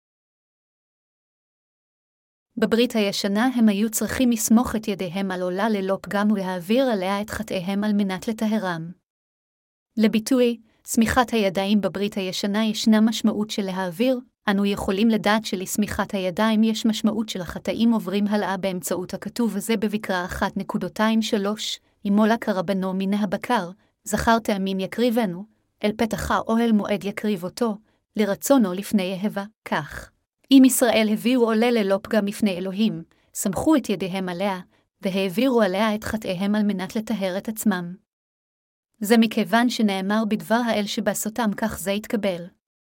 בברית הישנה הם היו צריכים לסמוך את ידיהם על עולה ללא פגם ולהעביר עליה את חטאיהם על מנת לטהרם. לביטוי, סמיכת הידיים בברית הישנה ישנה משמעות של להעביר, אנו יכולים לדעת שלסמיכת הידיים יש משמעות של החטאים עוברים הלאה באמצעות הכתוב הזה בויקרא 1:2-3, ימולא קרבנו מן הבקר, זכר טעמים יקריבנו, אל פתח האוהל מועד יקריב אותו, לרצונו לפני יהבה, כך. אם ישראל הביאו עולה ללא פגם לפני אלוהים, סמכו את ידיהם עליה, והעבירו עליה את חטאיהם על מנת לטהר את עצמם. זה מכיוון שנאמר בדבר האל שבעשותם כך זה יתקבל.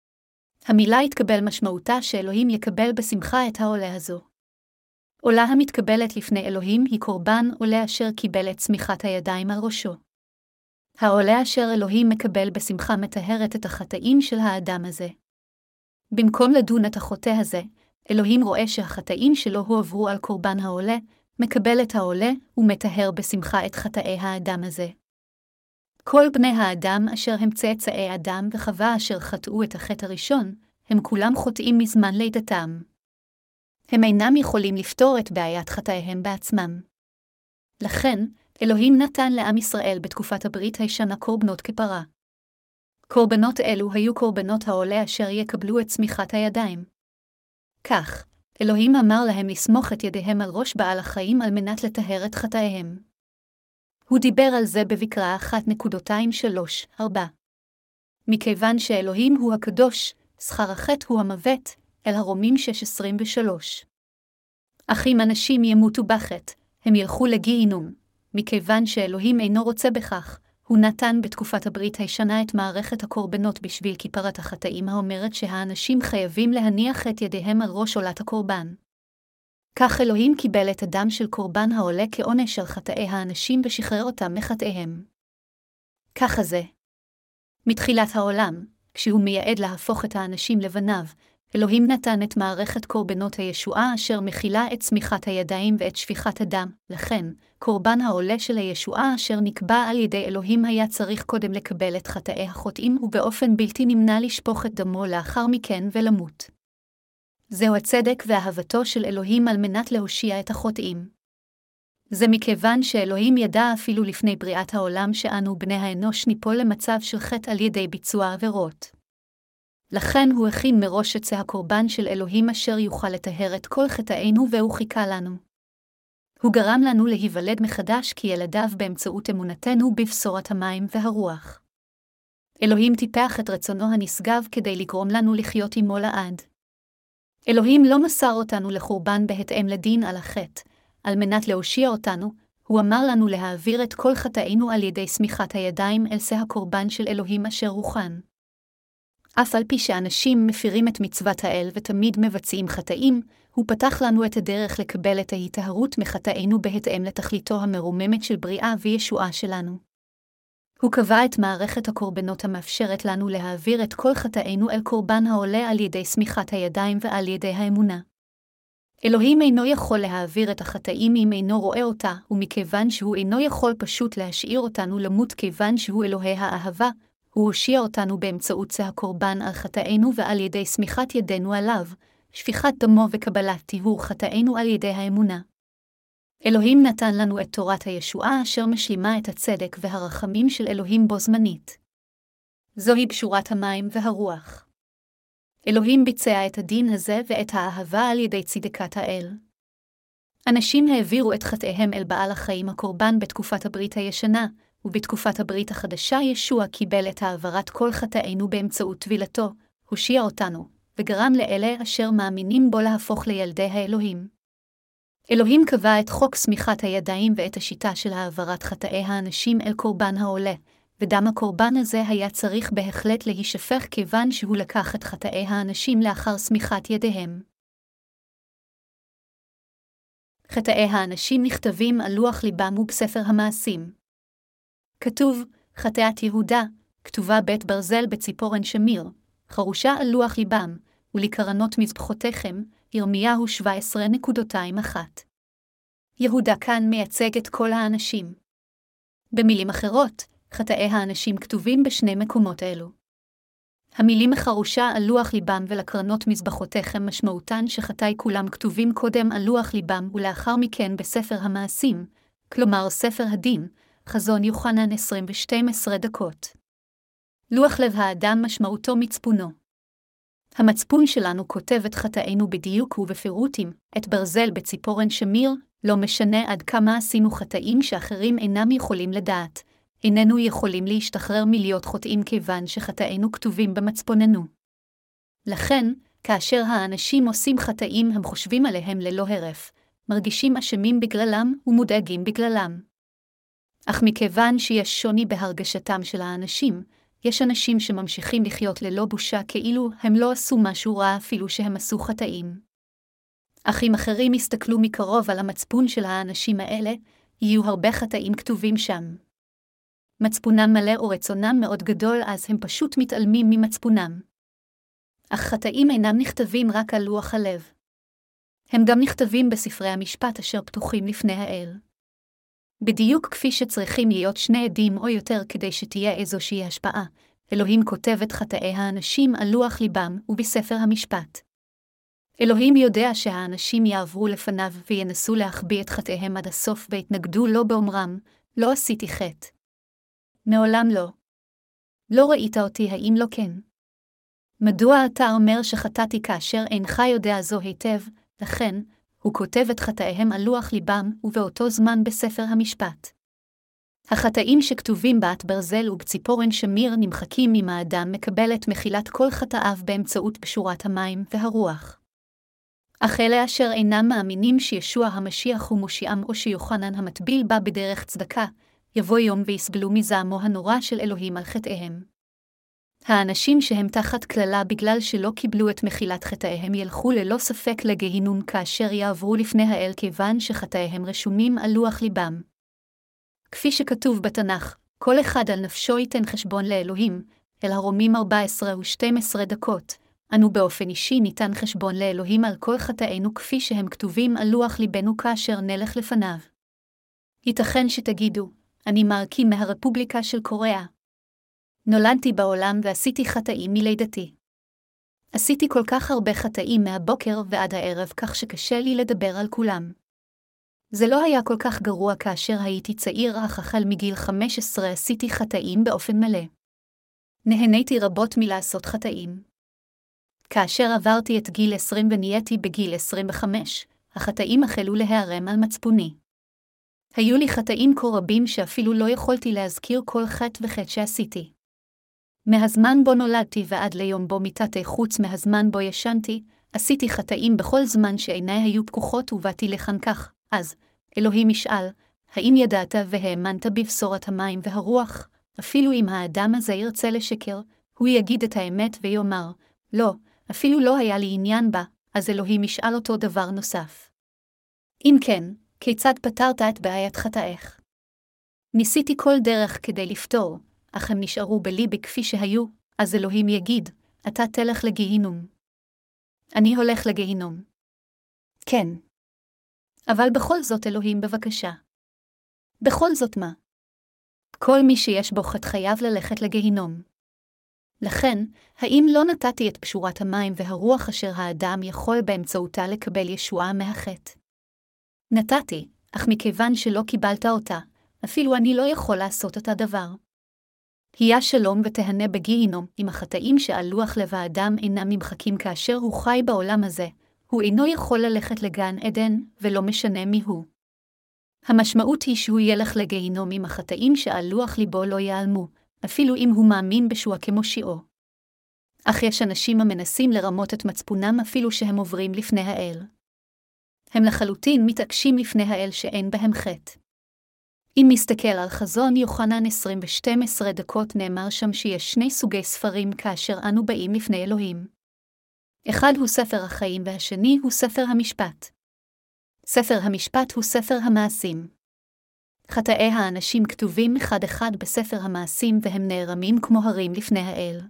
המילה יתקבל משמעותה שאלוהים יקבל בשמחה את העולה הזו. עולה המתקבלת לפני אלוהים היא קורבן עולה אשר קיבל את צמיחת הידיים על ראשו. העולה אשר אלוהים מקבל בשמחה מטהרת את החטאים של האדם הזה. במקום לדון את החוטא הזה, אלוהים רואה שהחטאים שלו הועברו על קורבן העולה, מקבל את העולה ומטהר בשמחה את חטאי האדם הזה. כל בני האדם אשר הם צאצאי אדם וחווה אשר חטאו את החטא הראשון, הם כולם חוטאים מזמן לידתם. הם אינם יכולים לפתור את בעיית חטאיהם בעצמם. לכן, אלוהים נתן לעם ישראל בתקופת הברית הישנה קורבנות כפרה. קורבנות אלו היו קורבנות העולה אשר יקבלו את צמיחת הידיים. כך, אלוהים אמר להם לסמוך את ידיהם על ראש בעל החיים על מנת לטהר את חטאיהם. הוא דיבר על זה בויקרא 1:3-4. מכיוון שאלוהים הוא הקדוש, שכר החטא הוא המוות, אל הרומים 6:23. אך אם אנשים ימותו בחטא, הם ילכו לגיהינום. מכיוון שאלוהים אינו רוצה בכך, הוא נתן בתקופת הברית הישנה את מערכת הקורבנות בשביל כיפרת החטאים האומרת שהאנשים חייבים להניח את ידיהם על ראש עולת הקורבן. כך אלוהים קיבל את הדם של קורבן העולה כעונש על חטאי האנשים ושחרר אותם מחטאיהם. ככה זה. מתחילת העולם, כשהוא מייעד להפוך את האנשים לבניו, אלוהים נתן את מערכת קורבנות הישועה אשר מכילה את צמיחת הידיים ואת שפיכת הדם. לכן, קורבן העולה של הישועה אשר נקבע על ידי אלוהים היה צריך קודם לקבל את חטאי החוטאים ובאופן בלתי נמנע לשפוך את דמו לאחר מכן ולמות. זהו הצדק ואהבתו של אלוהים על מנת להושיע את החוטאים. זה מכיוון שאלוהים ידע אפילו לפני בריאת העולם שאנו בני האנוש ניפול למצב של חטא על ידי ביצוע עבירות. לכן הוא הכין מראש את הקורבן של אלוהים אשר יוכל לטהר את כל חטאינו והוא חיכה לנו. הוא גרם לנו להיוולד מחדש כילדיו באמצעות אמונתנו בבשורת המים והרוח. אלוהים טיפח את רצונו הנשגב כדי לגרום לנו לחיות עמו לעד. אלוהים לא מסר אותנו לחורבן בהתאם לדין על החטא, על מנת להושיע אותנו, הוא אמר לנו להעביר את כל חטאינו על ידי סמיכת הידיים אל שא הקורבן של אלוהים אשר הוכן. אף על פי שאנשים מפירים את מצוות האל ותמיד מבצעים חטאים, הוא פתח לנו את הדרך לקבל את ההיטהרות מחטאינו בהתאם לתכליתו המרוממת של בריאה וישועה שלנו. הוא קבע את מערכת הקורבנות המאפשרת לנו להעביר את כל חטאינו אל קורבן העולה על ידי סמיכת הידיים ועל ידי האמונה. אלוהים אינו יכול להעביר את החטאים אם אינו רואה אותה, ומכיוון שהוא אינו יכול פשוט להשאיר אותנו למות כיוון שהוא אלוהי האהבה, הוא הושיע אותנו באמצעות שא הקורבן על חטאינו ועל ידי סמיכת ידינו עליו, שפיכת דמו וקבלת טיהור חטאינו על ידי האמונה. אלוהים נתן לנו את תורת הישועה אשר משלימה את הצדק והרחמים של אלוהים בו זמנית. זוהי בשורת המים והרוח. אלוהים ביצע את הדין הזה ואת האהבה על ידי צדקת האל. אנשים העבירו את חטאיהם אל בעל החיים הקורבן בתקופת הברית הישנה, ובתקופת הברית החדשה ישוע קיבל את העברת כל חטאינו באמצעות טבילתו, הושיע אותנו, וגרם לאלה אשר מאמינים בו להפוך לילדי האלוהים. אלוהים קבע את חוק סמיכת הידיים ואת השיטה של העברת חטאי האנשים אל קורבן העולה, ודם הקורבן הזה היה צריך בהחלט להישפך כיוון שהוא לקח את חטאי האנשים לאחר סמיכת ידיהם. חטאי האנשים נכתבים על לוח ליבם ובספר המעשים. כתוב, חטאת יהודה, כתובה בית ברזל בציפורן שמיר, חרושה על לוח ליבם, ולקרנות מזבחותיכם, ירמיהו 17:1. יהודה כאן מייצג את כל האנשים. במילים אחרות, חטאי האנשים כתובים בשני מקומות אלו. המילים חרושה על לוח ליבם ולקרנות מזבחותיכם משמעותן שחטאי כולם כתובים קודם על לוח ליבם ולאחר מכן בספר המעשים, כלומר ספר הדין, חזון יוחנן 20:12. לוח לב האדם משמעותו מצפונו. המצפון שלנו כותב את חטאינו בדיוק ובפירוטים, את ברזל בציפורן שמיר, לא משנה עד כמה עשינו חטאים שאחרים אינם יכולים לדעת, איננו יכולים להשתחרר מלהיות חוטאים כיוון שחטאינו כתובים במצפוננו. לכן, כאשר האנשים עושים חטאים הם חושבים עליהם ללא הרף, מרגישים אשמים בגללם ומודאגים בגללם. אך מכיוון שיש שוני בהרגשתם של האנשים, יש אנשים שממשיכים לחיות ללא בושה כאילו הם לא עשו משהו רע אפילו שהם עשו חטאים. אך אם אחרים יסתכלו מקרוב על המצפון של האנשים האלה, יהיו הרבה חטאים כתובים שם. מצפונם מלא ורצונם מאוד גדול, אז הם פשוט מתעלמים ממצפונם. אך חטאים אינם נכתבים רק על לוח הלב. הם גם נכתבים בספרי המשפט אשר פתוחים לפני האל. בדיוק כפי שצריכים להיות שני עדים או יותר כדי שתהיה איזושהי השפעה, אלוהים כותב את חטאי האנשים על לוח ליבם ובספר המשפט. אלוהים יודע שהאנשים יעברו לפניו וינסו להחביא את חטאיהם עד הסוף והתנגדו לו באומרם, לא עשיתי חטא. מעולם לא. לא ראית אותי, האם לא כן? מדוע אתה אומר שחטאתי כאשר אינך יודע זו היטב? לכן, הוא כותב את חטאיהם על לוח ליבם ובאותו זמן בספר המשפט. החטאים שכתובים בעת ברזל ובציפורן שמיר נמחקים אם האדם מקבל את מחילת כל חטאיו באמצעות פשורת המים והרוח. אך אלה אשר אינם מאמינים שישוע המשיח הוא מושיעם או שיוחנן המטביל בא בדרך צדקה, יבוא יום ויסבלו מזעמו הנורא של אלוהים על חטאיהם. האנשים שהם תחת כללה בגלל שלא קיבלו את מחילת חטאיהם ילכו ללא ספק לגהינום כאשר יעברו לפני האל כיוון שחטאיהם רשומים על לוח ליבם. כפי שכתוב בתנ"ך, כל אחד על נפשו ייתן חשבון לאלוהים, אל הרומים 14:12. אנו באופן אישי ניתן חשבון לאלוהים על כל חטאינו כפי שהם כתובים על לוח ליבנו כאשר נלך לפניו. ייתכן שתגידו, אני מרקי מהרפובליקה של קוריאה. נולדתי בעולם ועשיתי חטאים מלידתי. עשיתי כל כך הרבה חטאים מהבוקר ועד הערב כך שקשה לי לדבר על כולם. זה לא היה כל כך גרוע כאשר הייתי צעיר, אך החל מגיל 15 עשיתי חטאים באופן מלא. נהניתי רבות מלעשות חטאים. כאשר עברתי את גיל 20 ונהייתי בגיל 25, החטאים החלו להיערם על מצפוני. היו לי חטאים כה רבים שאפילו לא יכולתי להזכיר כל חטא וחטא שעשיתי. מהזמן בו נולדתי ועד ליום בו מיתתי חוץ מהזמן בו ישנתי, עשיתי חטאים בכל זמן שעיניי היו פקוחות ובאתי לכאן כך. אז, אלוהים ישאל, האם ידעת והאמנת בבשורת המים והרוח? אפילו אם האדם הזה ירצה לשקר, הוא יגיד את האמת ויאמר, לא, אפילו לא היה לי עניין בה, אז אלוהים ישאל אותו דבר נוסף. אם כן, כיצד פתרת את בעיית חטאיך? ניסיתי כל דרך כדי לפתור, אך הם נשארו בליבי כפי שהיו, אז אלוהים יגיד, אתה תלך לגהינום. אני הולך לגהינום. כן. אבל בכל זאת אלוהים בבקשה. בכל זאת מה? כל מי שיש בו חטא חייב ללכת לגהינום. לכן, האם לא נתתי את פשורת המים והרוח אשר האדם יכול באמצעותה לקבל ישועה מהחטא? נתתי, אך מכיוון שלא קיבלת אותה, אפילו אני לא יכול לעשות את הדבר. היה שלום ותהנה בגיהינום, אם החטאים שעל לוח לב האדם אינם נמחקים כאשר הוא חי בעולם הזה, הוא אינו יכול ללכת לגן עדן, ולא משנה מי הוא. המשמעות היא שהוא ילך לגיהינום אם החטאים שעל לוח ליבו לא ייעלמו, אפילו אם הוא מאמין בישוע כמושיעו. אך יש אנשים המנסים לרמות את מצפונם אפילו שהם עוברים לפני האל. הם לחלוטין מתעקשים לפני האל שאין בהם חטא. אם מסתכל על חזון יוחנן 20:12 נאמר שם שיש שני סוגי ספרים כאשר אנו באים לפני אלוהים. אחד הוא ספר החיים והשני הוא ספר המשפט. ספר המשפט הוא ספר המעשים. חטאי האנשים כתובים אחד אחד בספר המעשים והם נערמים כמו הרים לפני האל.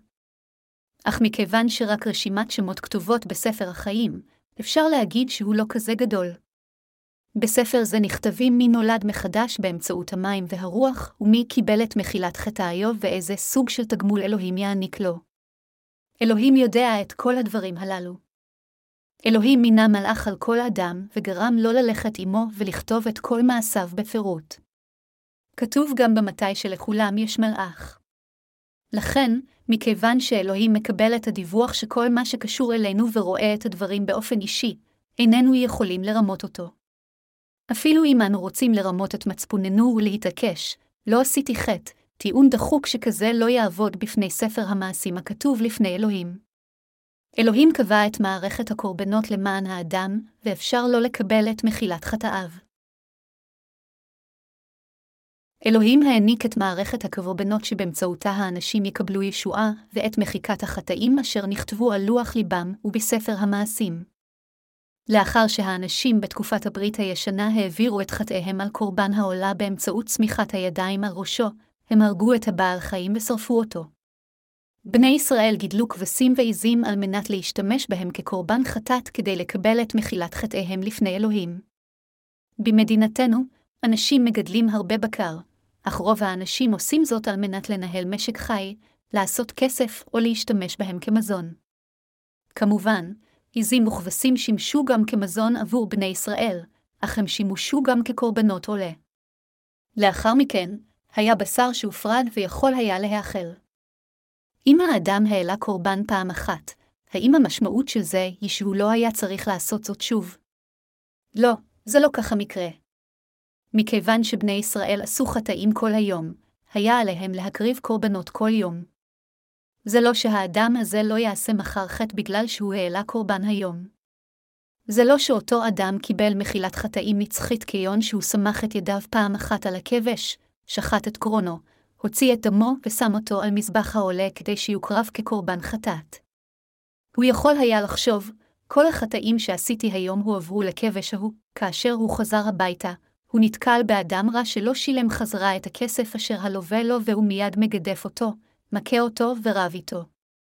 אך מכיוון שרק רשימת שמות כתובות בספר החיים, אפשר להגיד שהוא לא כזה גדול. בספר זה נכתבים מי נולד מחדש באמצעות המים והרוח, ומי קיבל את מחילת חטאיו ואיזה סוג של תגמול אלוהים יעניק לו. אלוהים יודע את כל הדברים הללו. אלוהים מינה מלאך על כל אדם וגרם לו ללכת עמו ולכתוב את כל מעשיו בפירוט. כתוב גם במתי שלכולם יש מלאך. לכן, מכיוון שאלוהים מקבל את הדיווח שכל מה שקשור אלינו ורואה את הדברים באופן אישי, איננו יכולים לרמות אותו. אפילו אם אנו רוצים לרמות את מצפוננו ולהתעקש, לא עשיתי חטא, טיעון דחוק שכזה לא יעבוד בפני ספר המעשים הכתוב לפני אלוהים. אלוהים קבע את מערכת הקורבנות למען האדם, ואפשר לא לקבל את מחילת חטאיו. אלוהים העניק את מערכת הקורבנות שבאמצעותה האנשים יקבלו ישועה, ואת מחיקת החטאים אשר נכתבו על לוח ליבם ובספר המעשים. לאחר שהאנשים בתקופת הברית הישנה העבירו את חטאיהם על קורבן העולה באמצעות צמיחת הידיים על ראשו, הם הרגו את הבעל חיים ושרפו אותו. בני ישראל גידלו כבשים ועזים על מנת להשתמש בהם כקורבן חטאת כדי לקבל את מחילת חטאיהם לפני אלוהים. במדינתנו, אנשים מגדלים הרבה בקר, אך רוב האנשים עושים זאת על מנת לנהל משק חי, לעשות כסף או להשתמש בהם כמזון. כמובן, עזים וכבשים שימשו גם כמזון עבור בני ישראל, אך הם שימשו גם כקורבנות עולה. לאחר מכן, היה בשר שהופרד ויכול היה להאכל. אם האדם העלה קורבן פעם אחת, האם המשמעות של זה היא שהוא לא היה צריך לעשות זאת שוב? לא, זה לא כך המקרה. מכיוון שבני ישראל עשו חטאים כל היום, היה עליהם להקריב קורבנות כל יום. זה לא שהאדם הזה לא יעשה מחר חטא בגלל שהוא העלה קורבן היום. זה לא שאותו אדם קיבל מחילת חטאים נצחית כיון שהוא סמך את ידיו פעם אחת על הכבש, שחט את קרונו, הוציא את דמו ושם אותו על מזבח העולה כדי שיוקרב כקורבן חטאת. הוא יכול היה לחשוב, כל החטאים שעשיתי היום הועברו לכבש ההוא, כאשר הוא חזר הביתה, הוא נתקל באדם רע שלא שילם חזרה את הכסף אשר הלווה לו והוא מיד מגדף אותו, מכה אותו ורב איתו.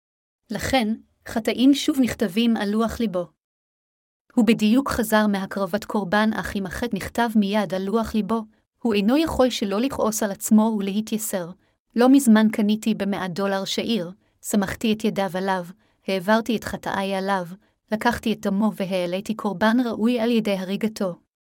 לכן, חטאים שוב נכתבים על לוח ליבו. הוא בדיוק חזר מהקרבת קורבן, אך אם החטא נכתב מיד על לוח ליבו, הוא אינו יכול שלא לכעוס על עצמו ולהתייסר. לא מזמן קניתי $100 שעיר, סמכתי את ידיו עליו, העברתי את חטאי עליו, לקחתי את דמו והעליתי קורבן ראוי על ידי הריגתו.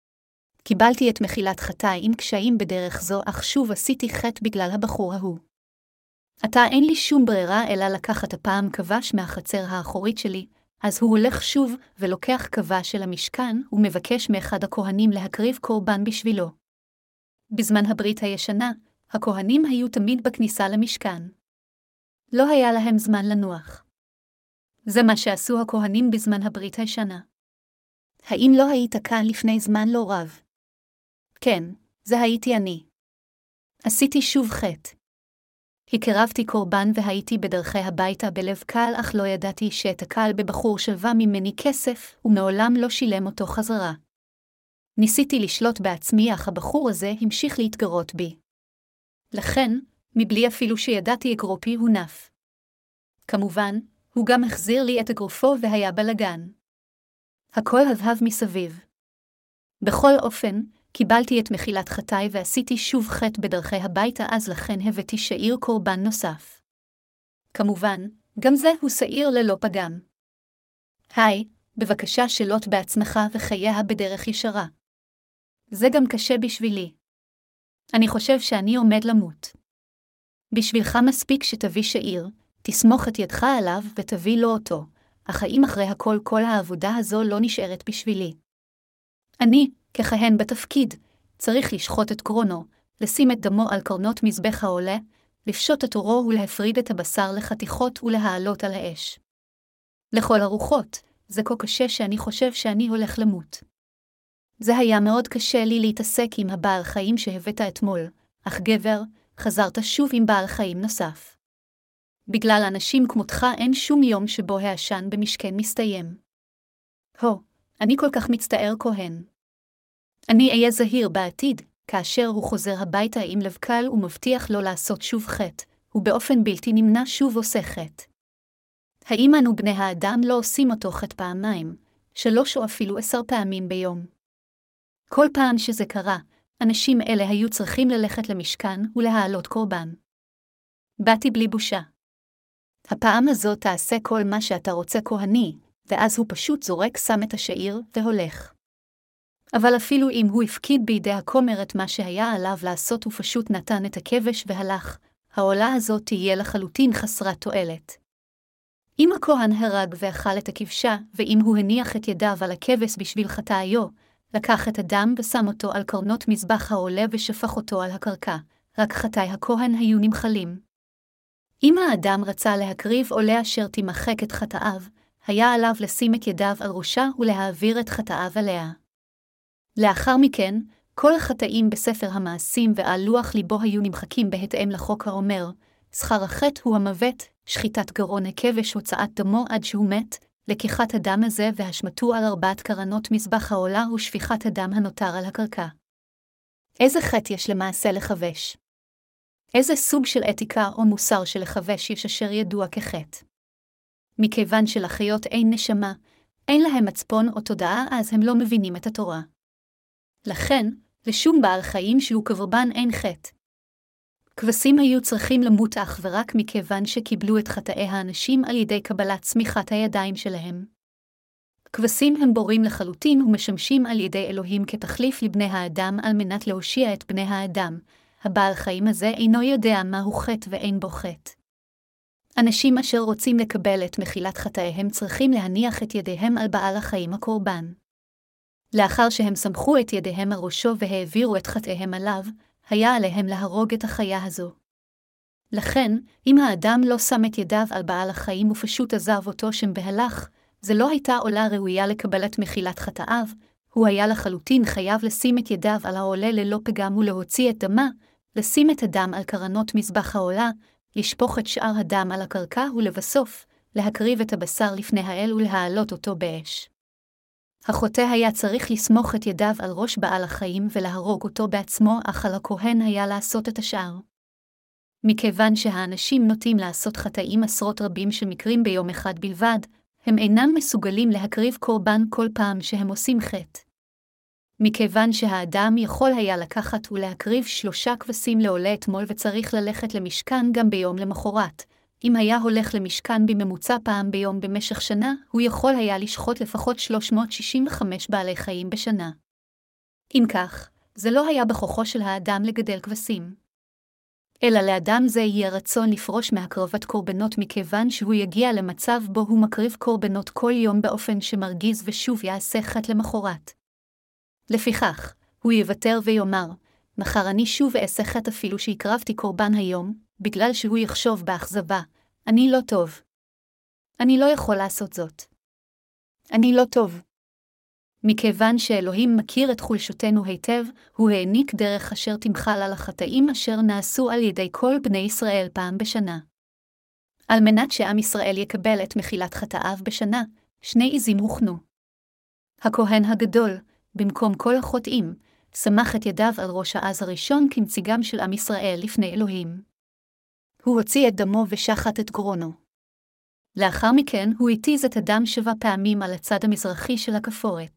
קיבלתי את מחילת חטאי עם קשיים בדרך זו, אך שוב עשיתי חטא בגלל הבחור ההוא. עתה אין לי שום ברירה אלא לקחת הפעם כבש מהחצר האחורית שלי, אז הוא הולך שוב ולוקח כבש של המשכן ומבקש מאחד הכהנים להקריב קורבן בשבילו. בזמן הברית הישנה, הכהנים היו תמיד בכניסה למשכן. לא היה להם זמן לנוח. זה מה שעשו הכהנים בזמן הברית הישנה. האם לא היית כאן לפני זמן לא רב? כן, זה הייתי אני. עשיתי שוב חטא. הקרבתי קורבן והייתי בדרכי הביתה בלב קל, אך לא ידעתי שאת הקל בבחור שלווה ממני כסף, ומעולם לא שילם אותו חזרה. ניסיתי לשלוט בעצמי, אך הבחור הזה המשיך להתגרות בי. לכן, מבלי אפילו שידעתי אגרופי הוא נף. כמובן, הוא גם החזיר לי את אגרופו והיה בלגן. הכל הבהב מסביב. בכל אופן, קיבלתי את מחילת חטאי ועשיתי שוב חטא בדרכי הביתה, אז לכן הבאתי שעיר קורבן נוסף. כמובן, גם זה הוא שעיר ללא פגם. היי, בבקשה שלוט בעצמך וחייה בדרך ישרה. זה גם קשה בשבילי. אני חושב שאני עומד למות. בשבילך מספיק שתביא שעיר, תסמוך את ידך עליו ותביא לו אותו, אך האם אחרי הכל כל העבודה הזו לא נשארת בשבילי? אני, ככהן בתפקיד, צריך לשחוט את קרונו, לשים את דמו על קרנות מזבח העולה, לפשוט את עורו ולהפריד את הבשר לחתיכות ולהעלות על האש. לכל הרוחות, זה כה קשה שאני חושב שאני הולך למות. זה היה מאוד קשה לי להתעסק עם הבעל חיים שהבאת אתמול, אך גבר, חזרת שוב עם בעל חיים נוסף. בגלל אנשים כמותך אין שום יום שבו העשן במשכן מסתיים. אני כל כך מצטער כהן. אני אהיה זהיר בעתיד, כאשר הוא חוזר הביתה עם לב קל ומבטיח לא לעשות שוב חטא, ובאופן בלתי נמנע שוב עושה חטא. האם אנו בני האדם לא עושים אותו חטא פעמיים, 3 או אפילו 10 פעמים ביום? כל פעם שזה קרה, אנשים אלה היו צריכים ללכת למשכן ולהעלות קורבן. באתי בלי בושה. הפעם הזאת תעשה כל מה שאתה רוצה כהני, ואז הוא פשוט זורק, שם את השעיר והולך. אבל אפילו אם הוא הפקיד בידי הכומר את מה שהיה עליו לעשות ופשוט נתן את הכבש והלך, העולה הזאת תהיה לחלוטין חסרת תועלת. אם הכהן הרג ואכל את הכבשה, ואם הוא הניח את ידיו על הכבש בשביל חטאיו, לקח את הדם ושם אותו על קרנות מזבח העולה ושפך אותו על הקרקע, רק חטאי הכהן היו נמחלים. אם האדם רצה להקריב עולה אשר תמחק את חטאיו, היה עליו לשים את ידיו על ראשה ולהעביר את חטאיו עליה. לאחר מכן, כל החטאים בספר המעשים ועל לוח ליבו היו נמחקים בהתאם לחוק האומר, שכר החטא הוא המוות, שחיטת גרון הכבש הוצאת דמו עד שהוא מת, לקיחת הדם הזה והשמטו על 4 קרנות מזבח העולה ושפיכת הדם הנותר על הקרקע. איזה חטא יש למעשה לחבש? איזה סוג של אתיקה או מוסר של לחבש יש אשר ידוע כחטא? מכיוון שלחיות אין נשמה, אין להם מצפון או תודעה, אז הם לא מבינים את התורה. לכן, לשום בעל חיים שהוא קורבן אין חטא. כבשים היו צריכים למות אך ורק מכיוון שקיבלו את חטאי האנשים על ידי קבלת צמיחת הידיים שלהם. כבשים הם בורים לחלוטין ומשמשים על ידי אלוהים כתחליף לבני האדם על מנת להושיע את בני האדם. הבעל חיים הזה אינו יודע מהו חטא ואין בו חטא. אנשים אשר רוצים לקבל את מחילת חטאיהם צריכים להניח את ידיהם על בעל החיים הקורבן. לאחר שהם סמכו את ידיהם על ראשו והעבירו את חטאיהם עליו, היה עליהם להרוג את החיה הזו. לכן, אם האדם לא שם את ידיו על בעל החיים ופשוט עזב אותו שם בהלך, זה לא הייתה עולה ראויה לקבלת מחילת חטאיו, הוא היה לחלוטין חייב לשים את ידיו על העולה ללא פגם ולהוציא את דמה, לשים את הדם על קרנות מזבח העולה, לשפוך את שאר הדם על הקרקע ולבסוף, להקריב את הבשר לפני האל ולהעלות אותו באש. החוטא היה צריך לסמוך את ידיו על ראש בעל החיים ולהרוג אותו בעצמו, אך על הכהן היה לעשות את השאר. מכיוון שהאנשים נוטים לעשות חטאים עשרות רבים של מקרים ביום אחד בלבד, הם אינם מסוגלים להקריב קורבן כל פעם שהם עושים חטא. מכיוון שהאדם יכול היה לקחת ולהקריב 3 כבשים לעולה אתמול וצריך ללכת למשכן גם ביום למחרת, אם היה הולך למשכן בממוצע פעם ביום במשך שנה, הוא יכול היה לשחוט לפחות 365 בעלי חיים בשנה. אם כך, זה לא היה בכוחו של האדם לגדל כבשים. אלא לאדם זה יהיה רצון לפרוש מהקרבת קורבנות מכיוון שהוא יגיע למצב בו הוא מקריב קורבנות כל יום באופן שמרגיז ושוב יעשה חטא למחרת. לפיכך, הוא יוותר ויאמר, מחר אני שוב אעשה חטא אפילו שהקרבתי קורבן היום, בגלל שהוא יחשוב באכזבה, אני לא טוב. אני לא יכול לעשות זאת. אני לא טוב. מכיוון שאלוהים מכיר את חולשותנו היטב, הוא העניק דרך אשר תמחל על החטאים אשר נעשו על ידי כל בני ישראל פעם בשנה. על מנת שעם ישראל יקבל את מחילת חטאיו בשנה, 2 עזים הוכנו. הכהן הגדול, במקום כל החוטאים, סמך את ידיו על ראש העז הראשון כנציגם של עם ישראל לפני אלוהים. הוא הוציא את דמו ושחט את גרונו. לאחר מכן הוא התיז את הדם 7 פעמים על הצד המזרחי של הכפורת.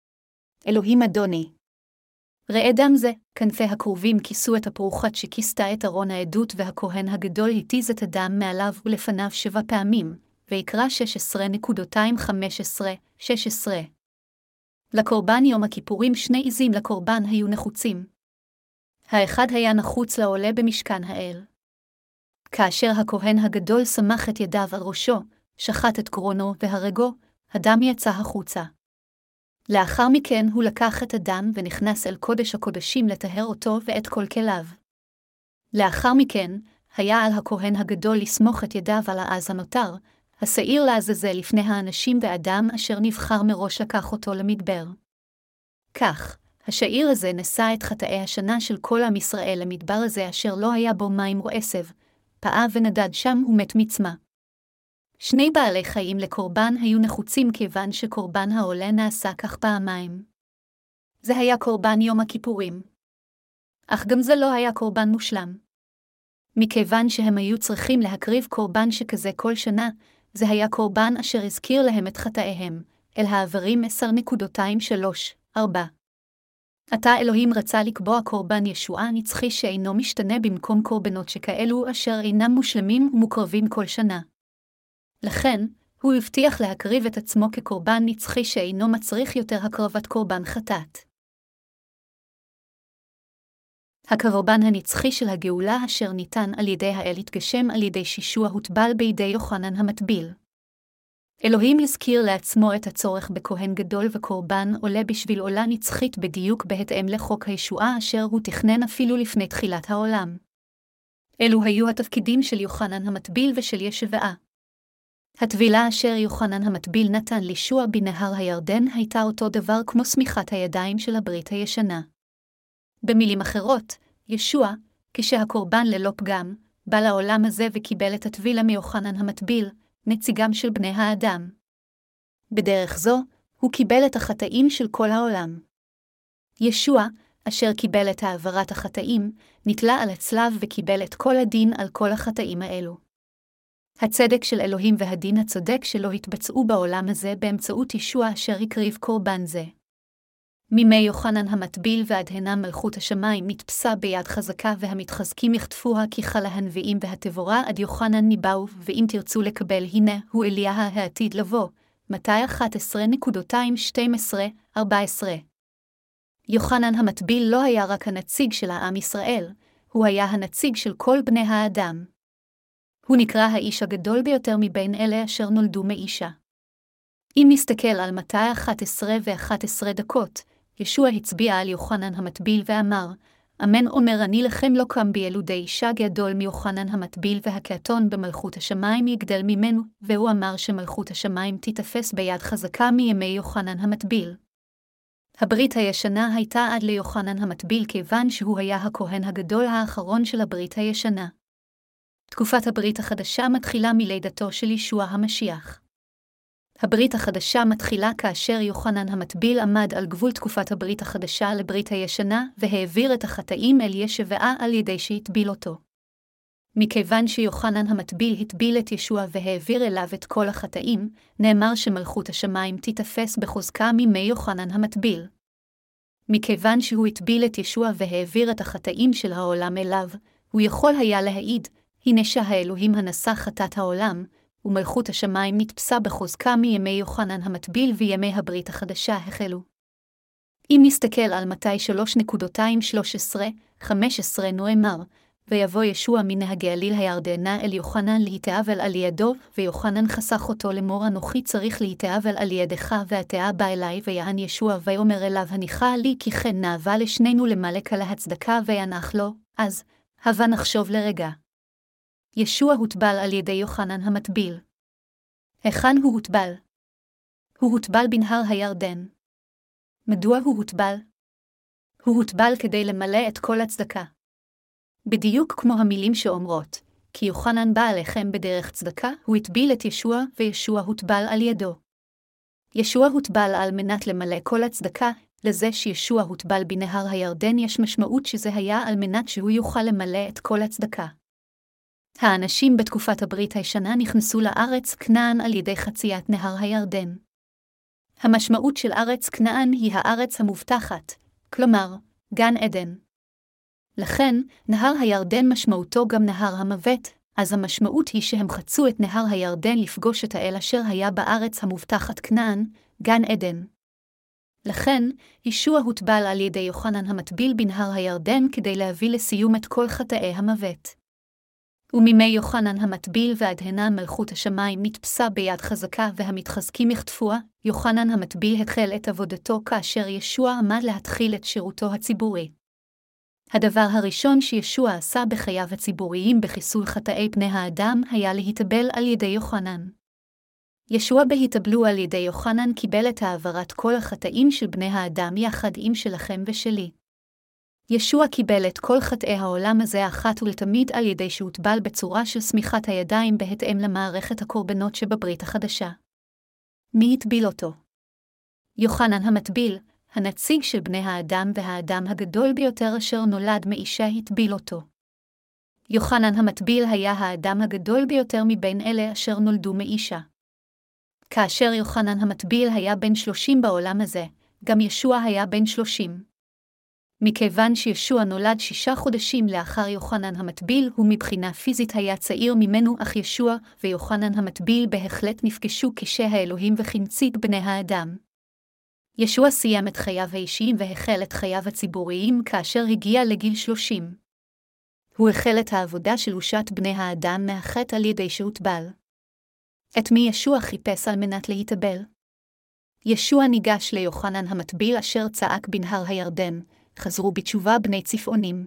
אלוהים אדוני. ראה דם זה, כנפי הכרובים כיסו את הפרוכת שכיסתה את ארון העדות והכהן הגדול התיז את הדם מעליו ולפניו 7 פעמים, ויקרא 16:15-16. לקורבן יום הכיפורים 2 עזים לקורבן היו נחוצים. האחד היה נחוץ לעולה במשכן האל. כאשר הכהן הגדול סמך את ידיו על ראשו, שחט את גרונו והרגו, הדם יצא החוצה. לאחר מכן הוא לקח את הדם ונכנס אל קודש הקודשים לטהר אותו ואת כל כליו. לאחר מכן, היה על הכהן הגדול לסמוך את ידיו על העז הנותר, השעיר לעזאזל לפני האנשים ואדם אשר נבחר מראש לקח אותו למדבר. כך, השעיר הזה נשא את חטאי השנה של כל עם ישראל למדבר הזה אשר לא היה בו מים או עשב, פאה ונדד שם ומת מצמא. 2 בעלי חיים לקורבן היו נחוצים כיוון שקורבן העולה נעשה כך פעמיים. זה היה קורבן יום הכיפורים. אך גם זה לא היה קורבן מושלם. מכיוון שהם היו צריכים להקריב קורבן שכזה כל שנה, זה היה קורבן אשר הזכיר להם את חטאיהם, אל העברים 10.3-4. עתה אלוהים רצה לקבוע קורבן ישועה נצחי שאינו משתנה במקום קורבנות שכאלו אשר אינם מושלמים ומוקרבים כל שנה. לכן, הוא הבטיח להקריב את עצמו כקורבן נצחי שאינו מצריך יותר הקרבת קורבן חטאת. הקורבן הנצחי של הגאולה אשר ניתן על ידי האל התגשם על ידי שישוע הוטבל בידי יוחנן המטביל. אלוהים הזכיר לעצמו את הצורך בכהן גדול וקורבן עולה בשביל עולה נצחית בדיוק בהתאם לחוק הישועה אשר הוא תכנן אפילו לפני תחילת העולם. אלו היו התפקידים של יוחנן המטביל ושל ישבעה. הטבילה אשר יוחנן המטביל נתן לישוע בנהר הירדן הייתה אותו דבר כמו סמיכת הידיים של הברית הישנה. במילים אחרות, ישוע, כשהקורבן ללא פגם, בא לעולם הזה וקיבל את הטבילה מיוחנן המטביל, נציגם של בני האדם. בדרך זו, הוא קיבל את החטאים של כל העולם. ישוע, אשר קיבל את העברת החטאים, נתלה על הצלב וקיבל את כל הדין על כל החטאים האלו. הצדק של אלוהים והדין הצודק שלו התבצעו בעולם הזה באמצעות ישוע אשר הקריב קורבן זה. מימי יוחנן המטביל ועד הנה מלכות השמיים נתפסה ביד חזקה והמתחזקים יכתפוה כי חלה הנביאים והתבורה עד יוחנן ניבאו, ואם תרצו לקבל הנה הוא אליה העתיד לבוא. מתי 11:12-14. יוחנן המטביל לא היה רק הנציג של העם ישראל, הוא היה הנציג של כל בני האדם. הוא נקרא האיש הגדול ביותר מבין אלה אשר נולדו מאישה. אם נסתכל על מתי 11:11, ישוע הצביע על יוחנן המטביל ואמר, אמן אומר אני לכם לא קם בילודי אישה גדול מיוחנן המטביל והקטון במלכות השמיים יגדל ממנו, והוא אמר שמלכות השמיים תתפס ביד חזקה מימי יוחנן המטביל. הברית הישנה הייתה עד ליוחנן המטביל כיוון שהוא היה הכהן הגדול האחרון של הברית הישנה. תקופת הברית החדשה מתחילה מלידתו של ישוע המשיח. הברית החדשה מתחילה כאשר יוחנן המטביל עמד על גבול תקופת הברית החדשה לברית הישנה והעביר את החטאים אל ישוע על ידי שהטביל אותו. מכיוון שיוחנן המטביל הטביל את ישוע והעביר אליו את כל החטאים, נאמר שמלכות השמיים תתפס בחוזקה מימי יוחנן המטביל. מכיוון שהוא הטביל את ישוע והעביר את החטאים של העולם אליו, הוא יכול היה להעיד, הנה שהאלוהים הנשא חטאת העולם, ומלכות השמיים נתפסה בחוזקה מימי יוחנן המטביל וימי הברית החדשה החלו. אם נסתכל על מתי 3:13-15 נאמר, ויבוא ישוע מן הגליל הירדנה אל יוחנן להתאבל על ידו, ויוחנן חסך אותו לאמור אנוכי צריך להתאבל על ידך ואתה בא אלי, ויען ישוע ויאמר אליו הניחה לי כי כן נאווה לשנינו למלק על ההצדקה וינח לו, אז הבה נחשוב לרגע. ישוע הוטבל על ידי יוחנן המטביל. היכן הוא הוטבל? הוא הוטבל בנהר הירדן. מדוע הוא הוטבל? הוא הוטבל כדי למלא את כל הצדקה. בדיוק כמו המילים שאומרות, כי יוחנן בא עליכם בדרך צדקה, הוא הטביל את ישוע וישוע הוטבל על ידו. ישוע הוטבל על מנת למלא כל הצדקה, לזה שישוע הוטבל בנהר הירדן יש משמעות שזה היה על מנת שהוא יוכל למלא את כל הצדקה. האנשים בתקופת הברית הישנה נכנסו לארץ כנען על ידי חציית נהר הירדן. המשמעות של ארץ כנען היא הארץ המובטחת, כלומר, גן עדן. לכן, נהר הירדן משמעותו גם נהר המוות, אז המשמעות היא שהם חצו את נהר הירדן לפגוש את האל אשר היה בארץ המובטחת כנען, גן עדן. לכן, ישוע הוטבל על ידי יוחנן המטביל בנהר הירדן כדי להביא לסיום את כל חטאי המוות. ומימי יוחנן המטביל ועד הנה מלכות השמיים נתפסה ביד חזקה והמתחזקים יכתפוה, יוחנן המטביל החל את עבודתו כאשר ישוע עמד להתחיל את שירותו הציבורי. הדבר הראשון שישוע עשה בחייו הציבוריים בחיסול חטאי בני האדם היה להתאבל על ידי יוחנן. ישוע בהתאבלו על ידי יוחנן קיבל את העברת כל החטאים של בני האדם יחד עם שלכם ושלי. ישוע קיבל את כל חטאי העולם הזה אחת ולתמיד על ידי שהוטבל בצורה של סמיכת הידיים בהתאם למערכת הקורבנות שבברית החדשה. מי הטביל אותו? יוחנן המטביל, הנציג של בני האדם והאדם הגדול ביותר אשר נולד מאישה הטביל אותו. יוחנן המטביל היה האדם הגדול ביותר מבין אלה אשר נולדו מאישה. כאשר יוחנן המטביל היה בן 30 בעולם הזה, גם ישוע היה בן 30. מכיוון שישוע נולד 6 חודשים לאחר יוחנן המטביל, הוא מבחינה פיזית היה צעיר ממנו, אך ישוע ויוחנן המטביל בהחלט נפגשו כשהאלוהים וכנציג בני האדם. ישוע סיים את חייו האישיים והחל את חייו הציבוריים כאשר הגיע לגיל 30. הוא החל את העבודה של הושעת בני האדם מהחטא על ידי שהוטבל. את מי ישוע חיפש על מנת להתאבל? ישוע ניגש ליוחנן המטביל אשר צעק בנהר הירדן, חזרו בתשובה בני צפעונים.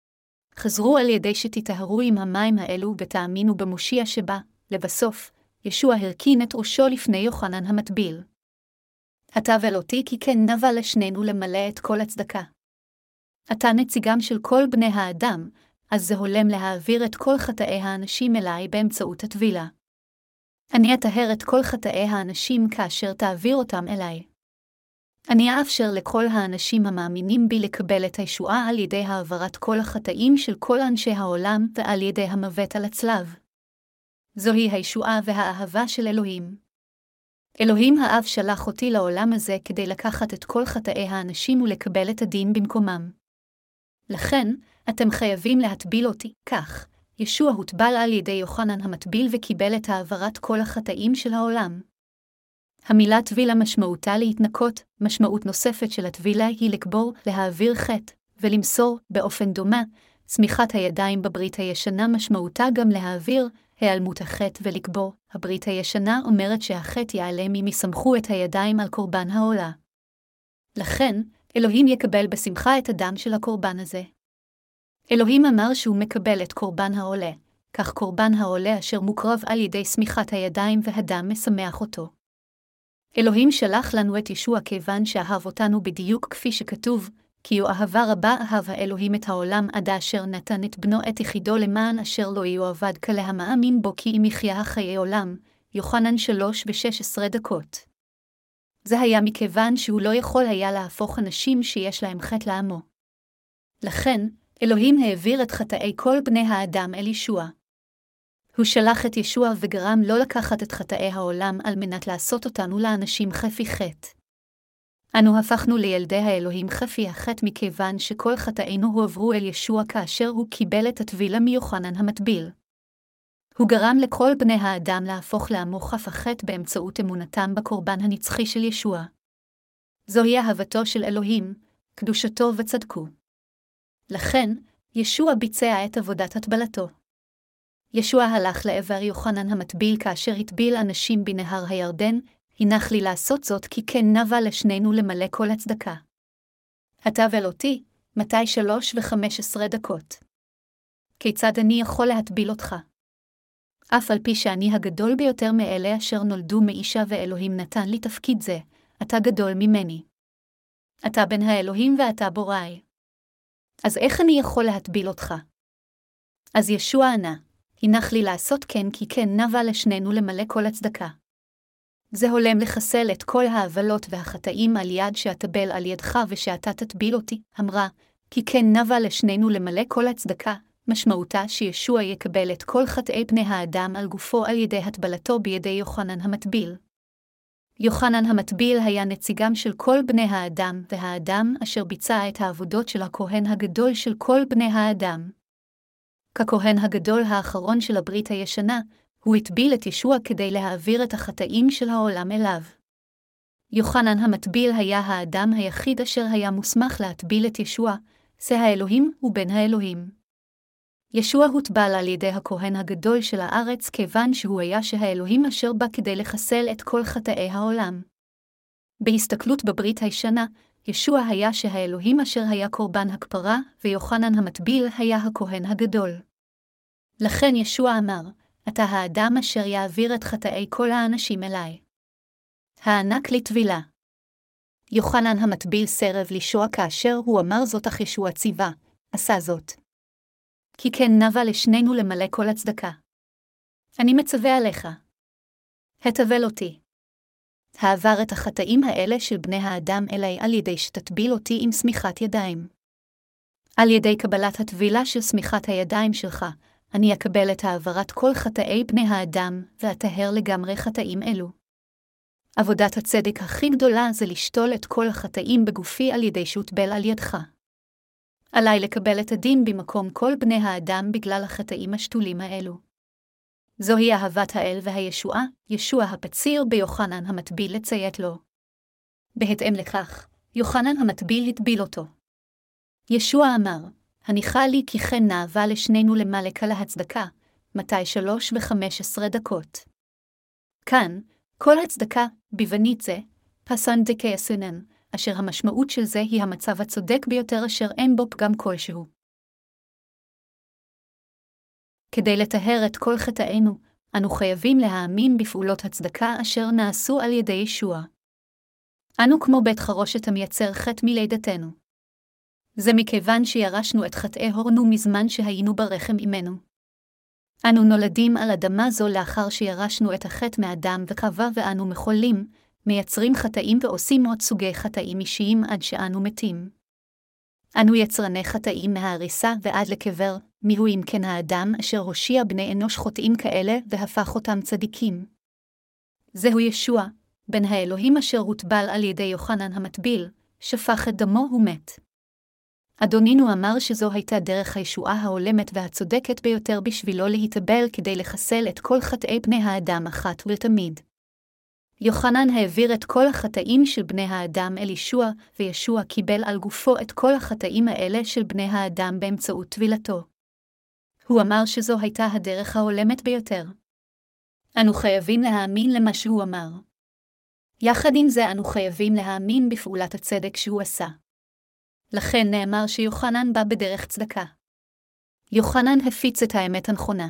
חזרו על ידי שתטהרו עם המים האלו ותאמינו במושיע שבא. לבסוף, ישוע הרכין את ראשו לפני יוחנן המטביל. הטבל אותי כי כן נבע לשנינו למלא את כל הצדקה. אתה נציגם של כל בני האדם, אז זה הולם להעביר את כל חטאי האנשים אליי באמצעות הטבילה. אני אטהר את כל חטאי האנשים כאשר תעביר אותם אליי. אני אאפשר לכל האנשים המאמינים בי לקבל את הישועה על ידי העברת כל החטאים של כל אנשי העולם ועל ידי המוות על הצלב. זוהי הישועה והאהבה של אלוהים. אלוהים האב שלח אותי לעולם הזה כדי לקחת את כל חטאי האנשים ולקבל את הדין במקומם. לכן, אתם חייבים להטביל אותי, כך. ישוע הוטבל על ידי יוחנן המטביל וקיבל את העברת כל החטאים של העולם. המילה טבילה משמעותה להתנקות, משמעות נוספת של הטבילה היא לקבור, להעביר חטא, ולמסור, באופן דומה, צמיחת הידיים בברית הישנה משמעותה גם להעביר, היעלמות החטא ולקבור. הברית הישנה אומרת שהחטא ייעלם אם יסמכו את הידיים על קורבן העולה. לכן, אלוהים יקבל בשמחה את הדם של הקורבן הזה. אלוהים אמר שהוא מקבל את קורבן העולה, כך קורבן העולה אשר מוקרב על ידי סמיכת הידיים והדם משמח אותו. אלוהים שלח לנו את ישוע כיוון שאהב אותנו בדיוק כפי שכתוב, כי הוא אהבה רבה אהב האלוהים את העולם עד אשר נתן את בנו את יחידו למען אשר לא יאבד כלה המאמין בו כי אם יחיה חיי עולם. יוחנן 3:16. זה היה מכיוון שהוא לא יכול היה להפוך אנשים שיש להם חטא לעמו. לכן, אלוהים העביר את חטאי כל בני האדם אל ישוע. הוא שלח את ישוע וגרם לא לקחת את חטאי העולם על מנת לעשות אותנו לאנשים חפי חטא. אנו הפכנו לילדי האלוהים חפי החטא מכיוון שכל חטאינו הועברו אל ישוע כאשר הוא קיבל את הטבילה מיוחנן המטביל. הוא גרם לכל בני האדם להפוך לעמו חף החטא באמצעות אמונתם בקורבן הנצחי של ישוע. זוהי אהבתו של אלוהים, קדושתו וצדקו. לכן, ישוע ביצע את עבודת הטבלתו. ישוע הלך לעבר יוחנן המטביל כאשר הטביל אנשים בנהר הירדן, הנח לי לעשות זאת כי כן נבע לשנינו למלא כל הצדקה. הטבל אותי, מתי 3:15. כיצד אני יכול להטביל אותך? אף על פי שאני הגדול ביותר מאלה אשר נולדו מאישה ואלוהים נתן לי תפקיד זה, אתה גדול ממני. אתה בן האלוהים ואתה בוראי. אז איך אני יכול להטביל אותך? אז ישוע ענה, הנח לי לעשות כן כי כן נבע לשנינו למלא כל הצדקה. זה הולם לחסל את כל העוולות והחטאים על יד שאטבל על ידך ושאתה תטביל אותי, אמרה, כי כן נבע לשנינו למלא כל הצדקה, משמעותה שישוע יקבל את כל חטאי בני האדם על גופו על ידי הטבלתו בידי יוחנן המטביל. יוחנן המטביל היה נציגם של כל בני האדם, והאדם אשר ביצע את העבודות של הכהן הגדול של כל בני האדם. ככהן הגדול האחרון של הברית הישנה, הוא הטביל את ישוע כדי להעביר את החטאים של העולם אליו. יוחנן המטביל היה האדם היחיד אשר היה מוסמך להטביל את ישוע, זה האלוהים ובן האלוהים. ישוע הוטבל על ידי הכהן הגדול של הארץ כיוון שהוא היה שהאלוהים אשר בא כדי לחסל את כל חטאי העולם. בהסתכלות בברית הישנה, ישוע היה שהאלוהים אשר היה קורבן הכפרה, ויוחנן המטביל היה הכהן הגדול. לכן ישוע אמר, אתה האדם אשר יעביר את חטאי כל האנשים אליי. הענק לטבילה. יוחנן המטביל סרב לישוע כאשר הוא אמר זאת אך ישוע ציווה, עשה זאת. כי כן נבע לשנינו למלא כל הצדקה. אני מצווה עליך. הטבל אותי. העבר את החטאים האלה של בני האדם אליי על ידי שתטביל אותי עם סמיכת ידיים. על ידי קבלת הטבילה של סמיכת הידיים שלך, אני אקבל את העברת כל חטאי בני האדם, ואטהר לגמרי חטאים אלו. עבודת הצדק הכי גדולה זה לשתול את כל החטאים בגופי על ידי שהוטבל על ידך. עליי לקבל את הדין במקום כל בני האדם בגלל החטאים השתולים האלו. זוהי אהבת האל והישועה, ישוע הפציר ביוחנן המטביל לציית לו. בהתאם לכך, יוחנן המטביל הטביל אותו. ישוע אמר, הניחה לי כי כן נאווה לשנינו למלא כל הצדקה, מתי 3:15. כאן, כל הצדקה, בבנית זה, פסן דקייסונן, אשר המשמעות של זה היא המצב הצודק ביותר אשר אין בו פגם כלשהו. כדי לטהר את כל חטאינו, אנו חייבים להאמין בפעולות הצדקה אשר נעשו על ידי ישוע. אנו כמו בית חרושת המייצר חטא מלידתנו. זה מכיוון שירשנו את חטאי הורנו מזמן שהיינו ברחם עמנו. אנו נולדים על אדמה זו לאחר שירשנו את החטא מאדם וחווה ואנו מחולים, מייצרים חטאים ועושים עוד סוגי חטאים אישיים עד שאנו מתים. אנו יצרני חטאים מההריסה ועד לקבר, מיהו אם כן האדם אשר הושיע בני אנוש חוטאים כאלה והפך אותם צדיקים. זהו ישוע, בן האלוהים אשר הוטבל על ידי יוחנן המטביל, שפך את דמו ומת. אדונינו אמר שזו הייתה דרך הישועה ההולמת והצודקת ביותר בשבילו להתאבל כדי לחסל את כל חטאי בני האדם אחת ולתמיד. יוחנן העביר את כל החטאים של בני האדם אל ישוע, וישוע קיבל על גופו את כל החטאים האלה של בני האדם באמצעות טבילתו. הוא אמר שזו הייתה הדרך ההולמת ביותר. אנו חייבים להאמין למה שהוא אמר. יחד עם זה אנו חייבים להאמין בפעולת הצדק שהוא עשה. לכן נאמר שיוחנן בא בדרך צדקה. יוחנן הפיץ את האמת הנכונה.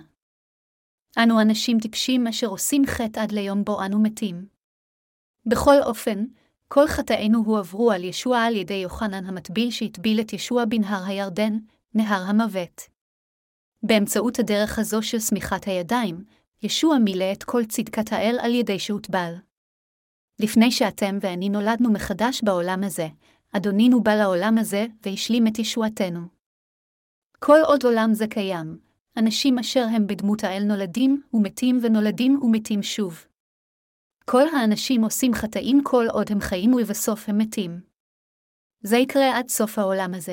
אנו אנשים טיפשים אשר עושים חטא עד ליום בו אנו מתים. בכל אופן, כל חטאינו הועברו על ישוע על ידי יוחנן המטביל שהטביל את ישוע בנהר הירדן, נהר המוות. באמצעות הדרך הזו של סמיכת הידיים, ישוע מילא את כל צדקת האל על ידי שהוטבל. לפני שאתם ואני נולדנו מחדש בעולם הזה, אדונינו בא לעולם הזה והשלים את ישועתנו. כל עוד עולם זה קיים, אנשים אשר הם בדמות האל נולדים ומתים ונולדים ומתים שוב. כל האנשים עושים חטאים כל עוד הם חיים ובסוף הם מתים. זה יקרה עד סוף העולם הזה.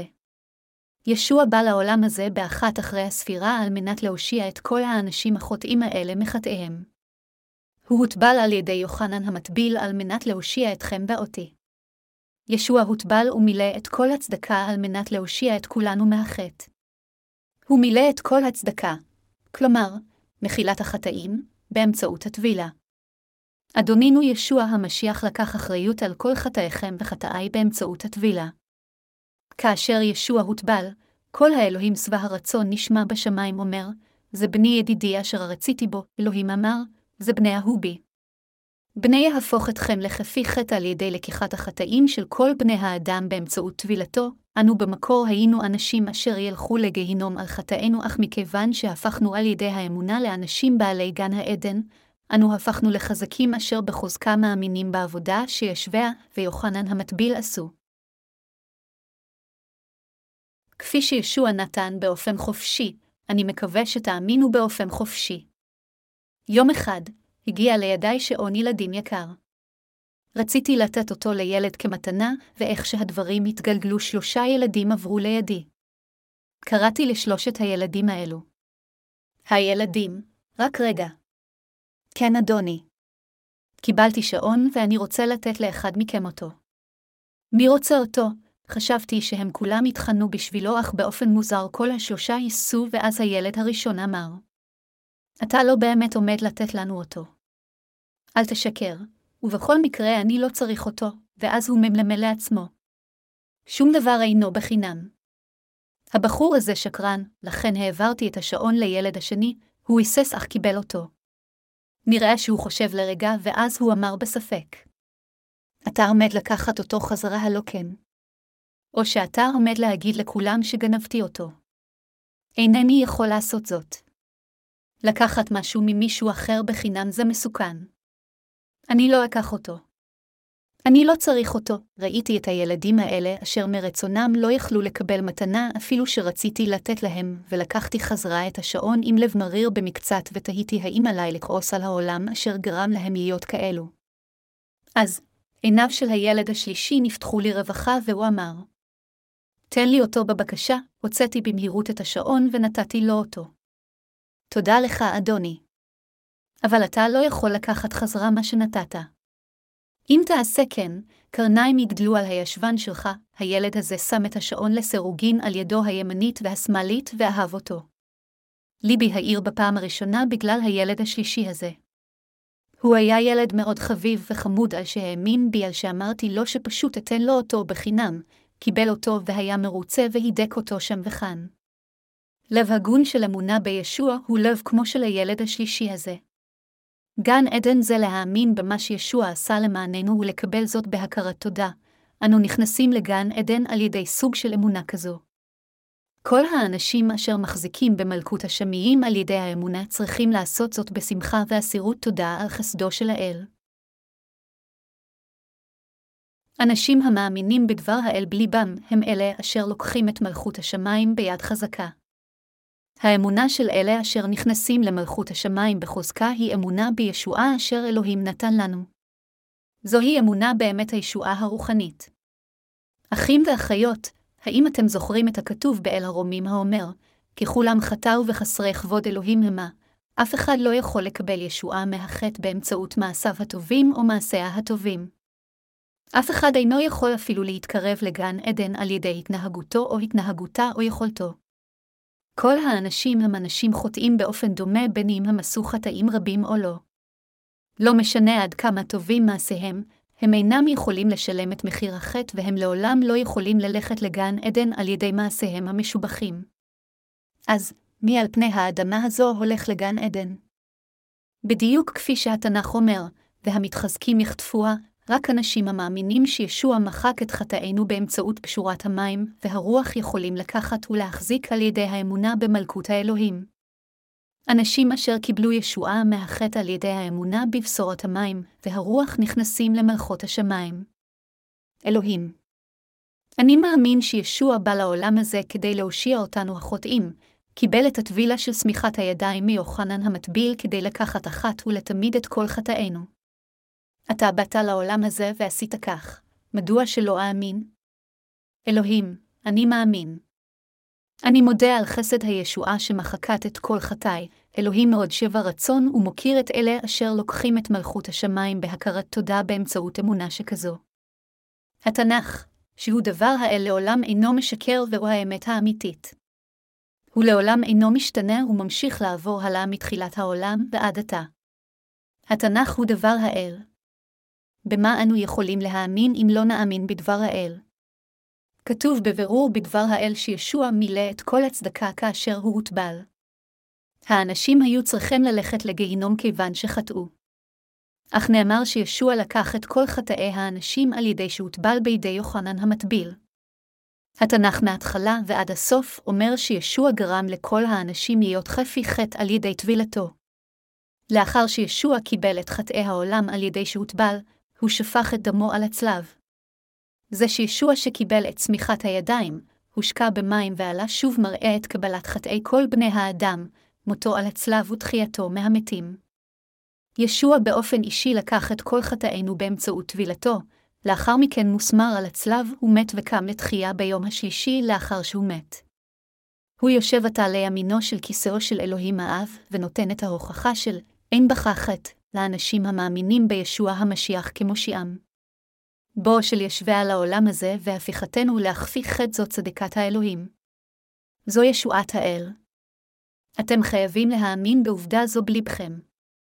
ישוע בא לעולם הזה באחת אחרי הספירה על מנת להושיע את כל האנשים החוטאים האלה מחטאיהם. הוא הוטבל על ידי יוחנן המטביל על מנת להושיע אתכם ואותי. ישוע הוטבל ומילא את כל הצדקה על מנת להושיע את כולנו מהחטא. הוא מילא את כל הצדקה, כלומר, מחילת החטאים, באמצעות הטבילה. אדונינו ישוע המשיח לקח אחריות על כל חטאיכם וחטאי באמצעות הטבילה. כאשר ישוע הוטבל, כל האלוהים שבע הרצון נשמע בשמיים אומר, זה בני ידידי אשר רציתי בו, אלוהים אמר, זה בני אהובי. בני יהפוך אתכם לכפי חטא על ידי לקיחת החטאים של כל בני האדם באמצעות טבילתו, אנו במקור היינו אנשים אשר ילכו לגיהינום על חטאינו, אך מכיוון שהפכנו על ידי האמונה לאנשים בעלי גן העדן, אנו הפכנו לחזקים אשר בחוזקה מאמינים בעבודה שישוע ויוחנן המטביל עשו. כפי שישוע נתן באופן חופשי, אני מקווה שתאמינו באופן חופשי. יום אחד, הגיע לידי שעון ילדים יקר. רציתי לתת אותו לילד כמתנה, ואיך שהדברים התגלגלו 3 ילדים עברו לידי. קראתי ל3 הילדים האלו. הילדים, רק רגע. כן אדוני. קיבלתי שעון ואני רוצה לתת לאחד מכם אותו. מי רוצה אותו? חשבתי שהם כולם התחנו בשבילו, אך באופן מוזר כל 3 ייסו, ואז הילד הראשון אמר, אתה לא באמת עומד לתת לנו אותו. אל תשקר, ובכל מקרה אני לא צריך אותו, ואז הוא ממלמל לעצמו. שום דבר אינו בחינם. הבחור הזה שקרן, לכן העברתי את השעון לילד השני, הוא היסס אך קיבל אותו. נראה שהוא חושב לרגע ואז הוא אמר בספק. אתה עומד לקחת אותו חזרה הלא כן. או שאתה עומד להגיד לכולם שגנבתי אותו. אינני יכול לעשות זאת. לקחת משהו ממישהו אחר בחינם זה מסוכן. אני לא אקח אותו. אני לא צריך אותו. ראיתי את הילדים האלה אשר מרצונם לא יכלו לקבל מתנה אפילו שרציתי לתת להם, ולקחתי חזרה את השעון עם לב מריר במקצת ותהיתי האם עליי לכעוס על העולם אשר גרם להם להיות כאלו. אז, עיניו של הילד השלישי נפתחו לרווחה והוא אמר, תן לי אותו בבקשה, הוצאתי במהירות את השעון ונתתי לו אותו. תודה לך אדוני. אבל אתה לא יכול לקחת חזרה מה שנתת. אם תעשה כן, קרניים יגדלו על הישבן שלך, הילד הזה שם את השעון לסירוגין על ידו הימנית והשמאלית ואהב אותו. ליבי העיר בפעם הראשונה בגלל הילד השלישי הזה. הוא היה ילד מאוד חביב וחמוד על שהאמין בי על שאמרתי לו שפשוט אתן לו אותו בחינם, קיבל אותו והיה מרוצה והידק אותו שם וכאן. לב הגון של אמונה בישוע הוא לב כמו של הילד השלישי הזה. גן עדן זה להאמין במה שישוע עשה למעננו ולקבל זאת בהכרת תודה, אנו נכנסים לגן עדן על ידי סוג של אמונה כזו. כל האנשים אשר מחזיקים במלכות השמיים על ידי האמונה צריכים לעשות זאת בשמחה ואסירות תודה על חסדו של האל. אנשים המאמינים בדבר האל בליבם הם אלה אשר לוקחים את מלכות השמיים ביד חזקה. האמונה של אלה אשר נכנסים למלכות השמיים בחוזקה היא אמונה בישועה אשר אלוהים נתן לנו. זוהי אמונה באמת הישועה הרוחנית. אחים ואחיות, האם אתם זוכרים את הכתוב באל הרומים האומר, כי כולם חטאו וחסרי כבוד אלוהים המה, אף אחד לא יכול לקבל ישועה מהחטא באמצעות מעשיו הטובים או מעשיה הטובים. אף אחד אינו יכול אפילו להתקרב לגן עדן על ידי התנהגותו או התנהגותה או יכולתו. כל האנשים הם אנשים חוטאים באופן דומה בין אם הם עשו חטאים רבים או לא. לא משנה עד כמה טובים מעשיהם, הם אינם יכולים לשלם את מחיר החטא והם לעולם לא יכולים ללכת לגן עדן על ידי מעשיהם המשובחים. אז, מי על פני האדמה הזו הולך לגן עדן? בדיוק כפי שהתנ"ך אומר, והמתחזקים יחטפוה, רק אנשים המאמינים שישוע מחק את חטאינו באמצעות פשורת המים והרוח יכולים לקחת ולהחזיק על ידי האמונה במלכות האלוהים. אנשים אשר קיבלו ישועה מהחטא על ידי האמונה בבשורת המים והרוח נכנסים למלכות השמיים. אלוהים. אני מאמין שישוע בא לעולם הזה כדי להושיע אותנו החוטאים, קיבל את הטבילה של סמיכת הידיים מיוחנן המטביל כדי לקחת אחת ולתמיד את כל חטאינו. אתה באת לעולם הזה ועשית כך, מדוע שלא אאמין? אלוהים, אני מאמין. אני מודה על חסד הישועה שמחקת את כל חטאי, אלוהים מאוד שבע רצון ומוקיר את אלה אשר לוקחים את מלכות השמיים בהכרת תודה באמצעות אמונה שכזו. התנ"ך, שהוא דבר האל לעולם אינו משקר והוא האמת האמיתית. הוא לעולם אינו משתנה וממשיך לעבור הלאה מתחילת העולם ועד עתה. התנ"ך הוא דבר האל. במה אנו יכולים להאמין אם לא נאמין בדבר האל? כתוב בבירור בדבר האל שישוע מילא את כל הצדקה כאשר הוא הוטבל. האנשים היו צריכים ללכת לגיהינום כיוון שחטאו. אך נאמר שישוע לקח את כל חטאי האנשים על ידי שהוטבל בידי יוחנן המטביל. התנ"ך מההתחלה ועד הסוף אומר שישוע גרם לכל האנשים להיות חפי חטא על ידי טבילתו. לאחר שישוע קיבל את חטאי העולם על ידי שהוטבל, הוא שפך את דמו על הצלב. זה שישוע שקיבל את סמיכת הידיים, הושקע במים ועלה שוב מראה את קבלת חטאי כל בני האדם, מותו על הצלב ותחייתו מהמתים. ישוע באופן אישי לקח את כל חטאינו באמצעות טבילתו, לאחר מכן מוסמר על הצלב ומת וקם לתחייה ביום השלישי לאחר שהוא מת. הוא יושב עתה לימינו של כיסאו של אלוהים האב ונותן את ההוכחה של אין בך חטא לאנשים המאמינים בישוע המשיח כמושיעם. בו של ישוע על העולם הזה והפיכתנו להכפי חטא זו צדקת האלוהים. זו ישועת האל. אתם חייבים להאמין בעובדה זו בליבכם.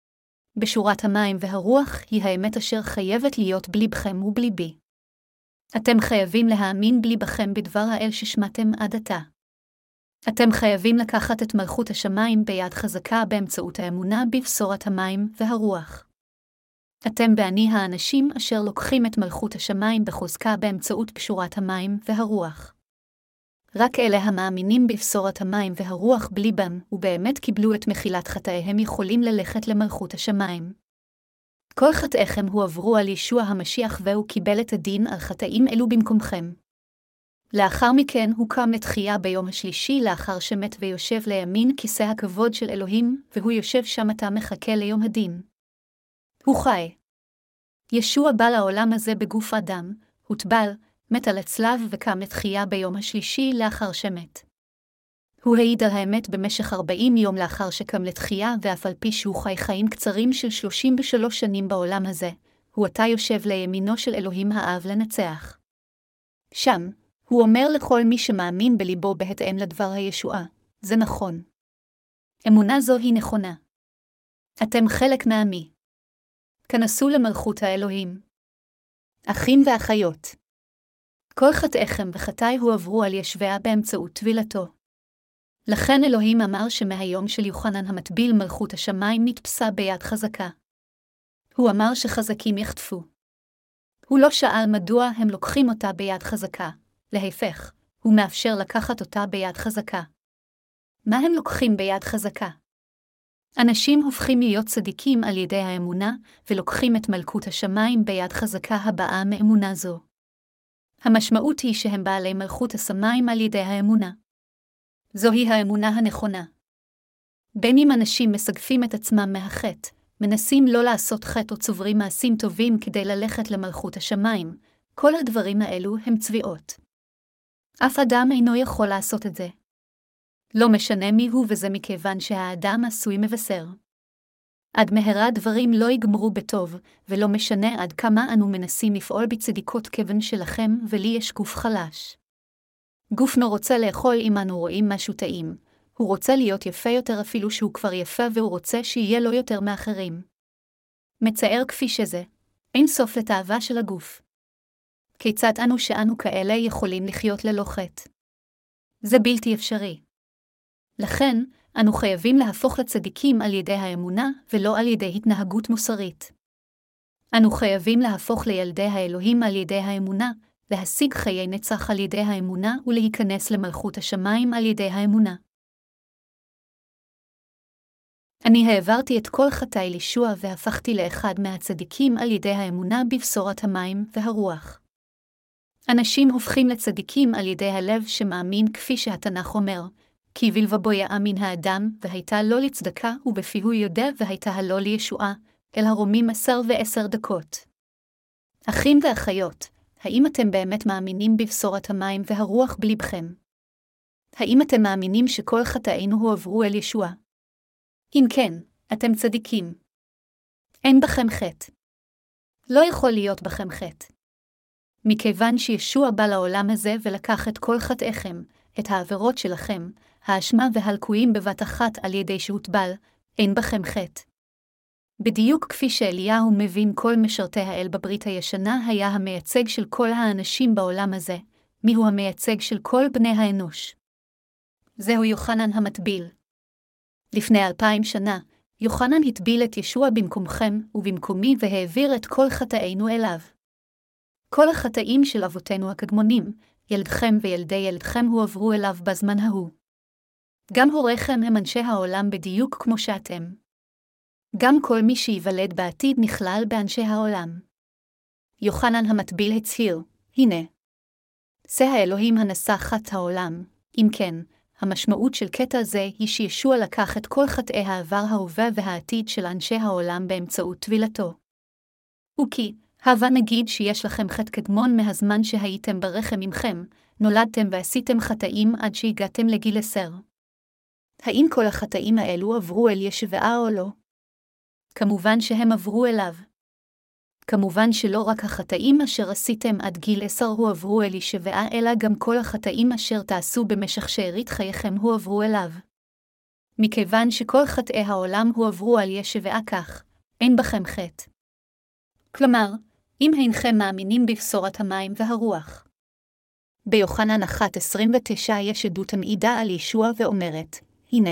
בשורת המים והרוח היא האמת אשר חייבת להיות בליבכם ובליבי. אתם חייבים להאמין בליבכם בדבר האל ששמעתם עד עתה. אתם חייבים לקחת את מלכות השמיים ביד חזקה באמצעות האמונה בבשורת המים והרוח. אתם ואני האנשים אשר לוקחים את מלכות השמיים בחוזקה באמצעות פשורת המים והרוח. רק אלה המאמינים בבשורת המים והרוח בליבם ובאמת קיבלו את מחילת חטאיהם יכולים ללכת למלכות השמיים. כל חטאיכם הועברו על ישוע המשיח והוא קיבל את הדין על חטאים אלו במקומכם. לאחר מכן הוא קם לתחייה ביום השלישי לאחר שמת ויושב לימין כיסא הכבוד של אלוהים והוא יושב שם עתה מחכה ליום הדין. הוא חי. ישוע בא לעולם הזה בגוף אדם, הוטבל, מת על הצלב וקם לתחייה ביום השלישי לאחר שמת. הוא העיד על האמת במשך 40 יום לאחר שקם לתחייה ואף על פי שהוא חי חיים קצרים של 33 שנים בעולם הזה, הוא עתה יושב לימינו של אלוהים האב לנצח. שם, הוא אומר לכל מי שמאמין בליבו בהתאם לדבר הישועה, זה נכון. אמונה זו היא נכונה. אתם חלק מעמי. כנסו למלכות האלוהים. אחים ואחיות. כל חטאיכם וחטאי הועברו על ישוע באמצעות טבילתו. לכן אלוהים אמר שמהיום של יוחנן המטביל מלכות השמיים נתפסה ביד חזקה. הוא אמר שחזקים יחטפו. הוא לא שאל מדוע הם לוקחים אותה ביד חזקה, להפך, הוא מאפשר לקחת אותה ביד חזקה. מה הם לוקחים ביד חזקה? אנשים הופכים להיות צדיקים על ידי האמונה, ולוקחים את מלכות השמיים ביד חזקה הבאה מאמונה זו. המשמעות היא שהם בעלי מלכות השמיים על ידי האמונה. זוהי האמונה הנכונה. בין אם אנשים מסגפים את עצמם מהחטא, מנסים לא לעשות חטא או צוברים מעשים טובים כדי ללכת למלכות השמיים, כל הדברים האלו הם צביעות. אף אדם אינו יכול לעשות את זה. לא משנה מי הוא, וזה מכיוון שהאדם עשוי מבשר. עד מהרה דברים לא יגמרו בטוב, ולא משנה עד כמה אנו מנסים לפעול בצדיקות כיוון שלכם, ולי יש גוף חלש. גוף לא רוצה לאכול אם אנו רואים משהו טעים. הוא רוצה להיות יפה יותר אפילו שהוא כבר יפה, והוא רוצה שיהיה לו יותר מאחרים. מצער כפי שזה, אין סוף לתאווה של הגוף. כיצד אנו שאנו כאלה יכולים לחיות ללא חטא? זה בלתי אפשרי. לכן, אנו חייבים להפוך לצדיקים על ידי האמונה ולא על ידי התנהגות מוסרית. אנו חייבים להפוך לילדי האלוהים על ידי האמונה, להשיג חיי נצח על ידי האמונה ולהיכנס למלכות השמיים על ידי האמונה. אני העברתי את כל חטאי לישוע והפכתי לאחד מהצדיקים על ידי האמונה בבשורת המים והרוח. אנשים הופכים לצדיקים על ידי הלב שמאמין כפי שהתנ"ך אומר, כי בלבבו יאמין האדם והייתה לו לצדקה ובפיהו יודע והייתה לו לישועה, אל הרומים 10:10. אחים ואחיות, האם אתם באמת מאמינים בבשורת המים והרוח בלבכם? האם אתם מאמינים שכל חטאינו הועברו אל ישוע? אם כן, אתם צדיקים. אין בכם חטא. לא יכול להיות בכם חטא. מכיוון שישוע בא לעולם הזה ולקח את כל חטאיכם, את העבירות שלכם, האשמה והלקויים בבת אחת על ידי שהוטבל, אין בכם חטא. בדיוק כפי שאליהו מבין כל משרתי האל בברית הישנה היה המייצג של כל האנשים בעולם הזה, מיהו המייצג של כל בני האנוש? זהו יוחנן המטביל. לפני 2000 שנה, יוחנן הטביל את ישוע במקומכם ובמקומי והעביר את כל חטאינו אליו. כל החטאים של אבותינו הקדמונים, ילדכם וילדי ילדכם הועברו אליו בזמן ההוא. גם הוריכם הם אנשי העולם בדיוק כמו שאתם. גם כל מי שיוולד בעתיד נכלל באנשי העולם. יוחנן המטביל הצהיר, הנה. זה האלוהים הנשא חטא העולם, אם כן, המשמעות של קטע זה היא שישוע לקח את כל חטאי העבר ההווה והעתיד של אנשי העולם באמצעות טבילתו. וכי, הווה נגיד שיש לכם חטא קדמון מהזמן שהייתם ברחם עמכם, נולדתם ועשיתם חטאים עד שהגעתם לגיל 10. האם כל החטאים האלו עברו אל ישוע או לא? כמובן שהם עברו אליו. כמובן שלא רק החטאים אשר עשיתם עד גיל 10 הועברו אל ישוע, אלא גם כל החטאים אשר תעשו במשך שארית חייכם הועברו אליו. מכיוון שכל חטאי העולם הועברו על ישוע כך, אין בכם חטא. כלומר, אם אינכם מאמינים בבשורת המים והרוח. ביוחנן 1:29 יש עדות המעידה על ישוע ואומרת, הנה.